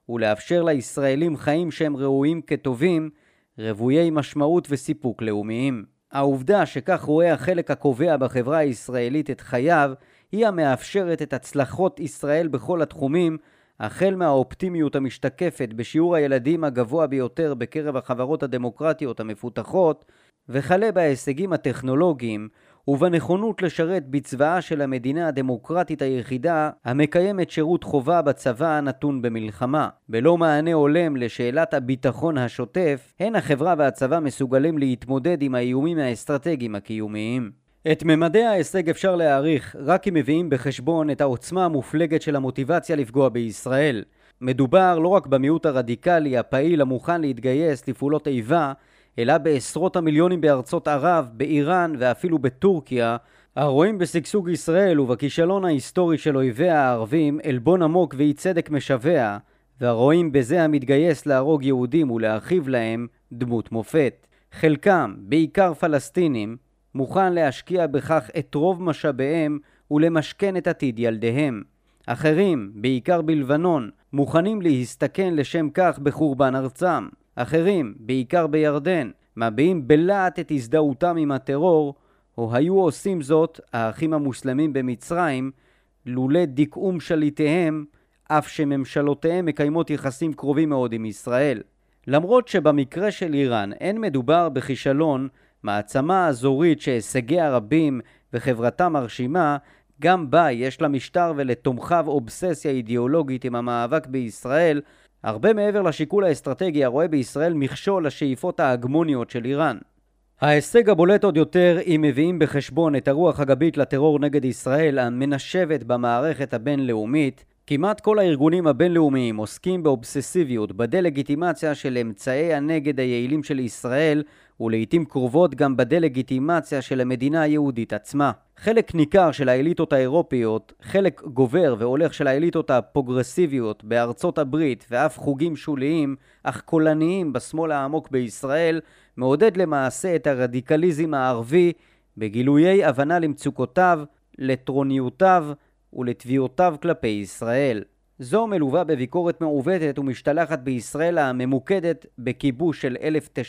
ולאפשר לישראלים חיים שהם ראויים כטובים, רבויי משמעות וסיפוק לאומיים. העובדה שכך רואה החלק הקובע בחברה הישראלית את חייו, היא המאפשרת את הצלחות ישראל בכל התחומים, החל מהאופטימיות המשתקפת בשיעור הילדים הגבוה ביותר בקרב החברות הדמוקרטיות המפותחות, וכלה בהישגים הטכנולוגיים, ובנכונות לשרת בצבאה של המדינה הדמוקרטית היחידה המקיימת שירות חובה בצבא הנתון במלחמה. בלא מענה הולם לשאלת הביטחון השוטף, הן החברה והצבא מסוגלים להתמודד עם האיומים האסטרטגיים הקיומיים. את ממדי ההישג אפשר להעריך רק אם מביאים בחשבון את העוצמה המופלגת של המוטיבציה לפגוע בישראל. מדובר לא רק במיעוט הרדיקלי הפעיל המוכן להתגייס לפעולות איבה, אלא בעשרות המיליונים בארצות ערב, באיראן ואפילו בטורקיה, הרואים בסגסוג ישראל ובכישלון ההיסטורי של אויביה הערבים עלבון עמוק ואי צדק משווע, והרואים בזה המתגייס להרוג יהודים ולהרחיב להם דמות מופת. חלקם, בעיקר פלסטינים, מוכן להשקיע בכך את רוב משאביהם ולמשכן את עתיד ילדיהם. אחרים, בעיקר בלבנון, מוכנים להסתכן לשם כך בחורבן ארצם. אחרים, בעיקר בירדן, מביעים בלהט את הזדהותם עם הטרור, או היו עושים זאת האחים המוסלמים במצרים, לולא דיכאום שליטיהם, אף שממשלותיהם מקיימות יחסים קרובים מאוד עם ישראל. למרות שבמקרה של איראן אין מדובר בכישלון, מעצמה אזורית שהישגיה רבים וחברתה מרשימה, גם בה יש למשטר ולתומכיו אובססיה אידיאולוגית עם המאבק בישראל, הרבה מעבר לשיקול האסטרטגי הרואה בישראל מכשול לשאיפות ההגמוניות של איראן. ההישג הבולט עוד יותר אם מביאים בחשבון את הרוח הגבית לטרור נגד ישראל המנשבת במערכת הבינלאומית. כמעט כל הארגונים הבינלאומיים עוסקים באובססיביות בדה-לגיטימציה של אמצעי הנגד היעילים של ישראל, ולעיתים קרובות גם בדה-לגיטימציה של המדינה היהודית עצמה. חלק ניכר של האליטות האירופיות, חלק גובר והולך של האליטות הפרוגרסיביות בארצות הברית ואף חוגים שוליים אך קולניים בשמאל העמוק בישראל, מעודד למעשה את הרדיקליזם הערבי בגילויי הבנה למצוקותיו, לטרוניותיו ולתביעותיו כלפי ישראל. זו מלווה בביקורת מעוותת ומשתלחת בישראל הממוקדת בכיבוש של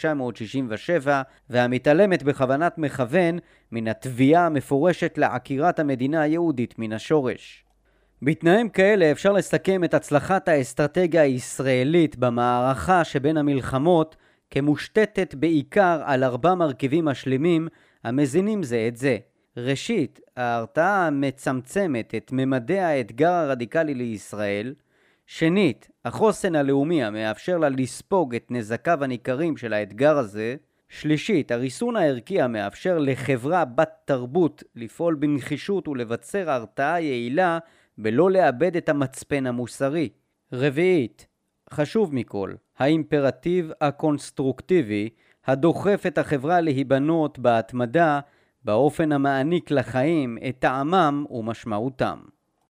1967 והמתעלמת בכוונת מכוון מן התביעה המפורשת לעקירת המדינה היהודית מן השורש. בתנאים כאלה אפשר לסכם את הצלחת האסטרטגיה הישראלית במערכה שבין המלחמות כמושתתת בעיקר על 4 מרכיבים משלימים המזינים זה את זה. ראשית, ההרתעה המצמצמת את ממדי האתגר הרדיקלי לישראל. שנית, החוסן הלאומי המאפשר לה לספוג את נזקיו הניכרים של האתגר הזה. שלישית, הריסון הערכי המאפשר לחברה בת תרבות לפעול בנחישות ולבצר הרתעה יעילה בלא לאבד את המצפן המוסרי. רביעית, חשוב מכל, האימפרטיב הקונסטרוקטיבי הדוחף את החברה להיבנות בהתמדה באופן המעניק לחיים את טעמם ומשמעותם.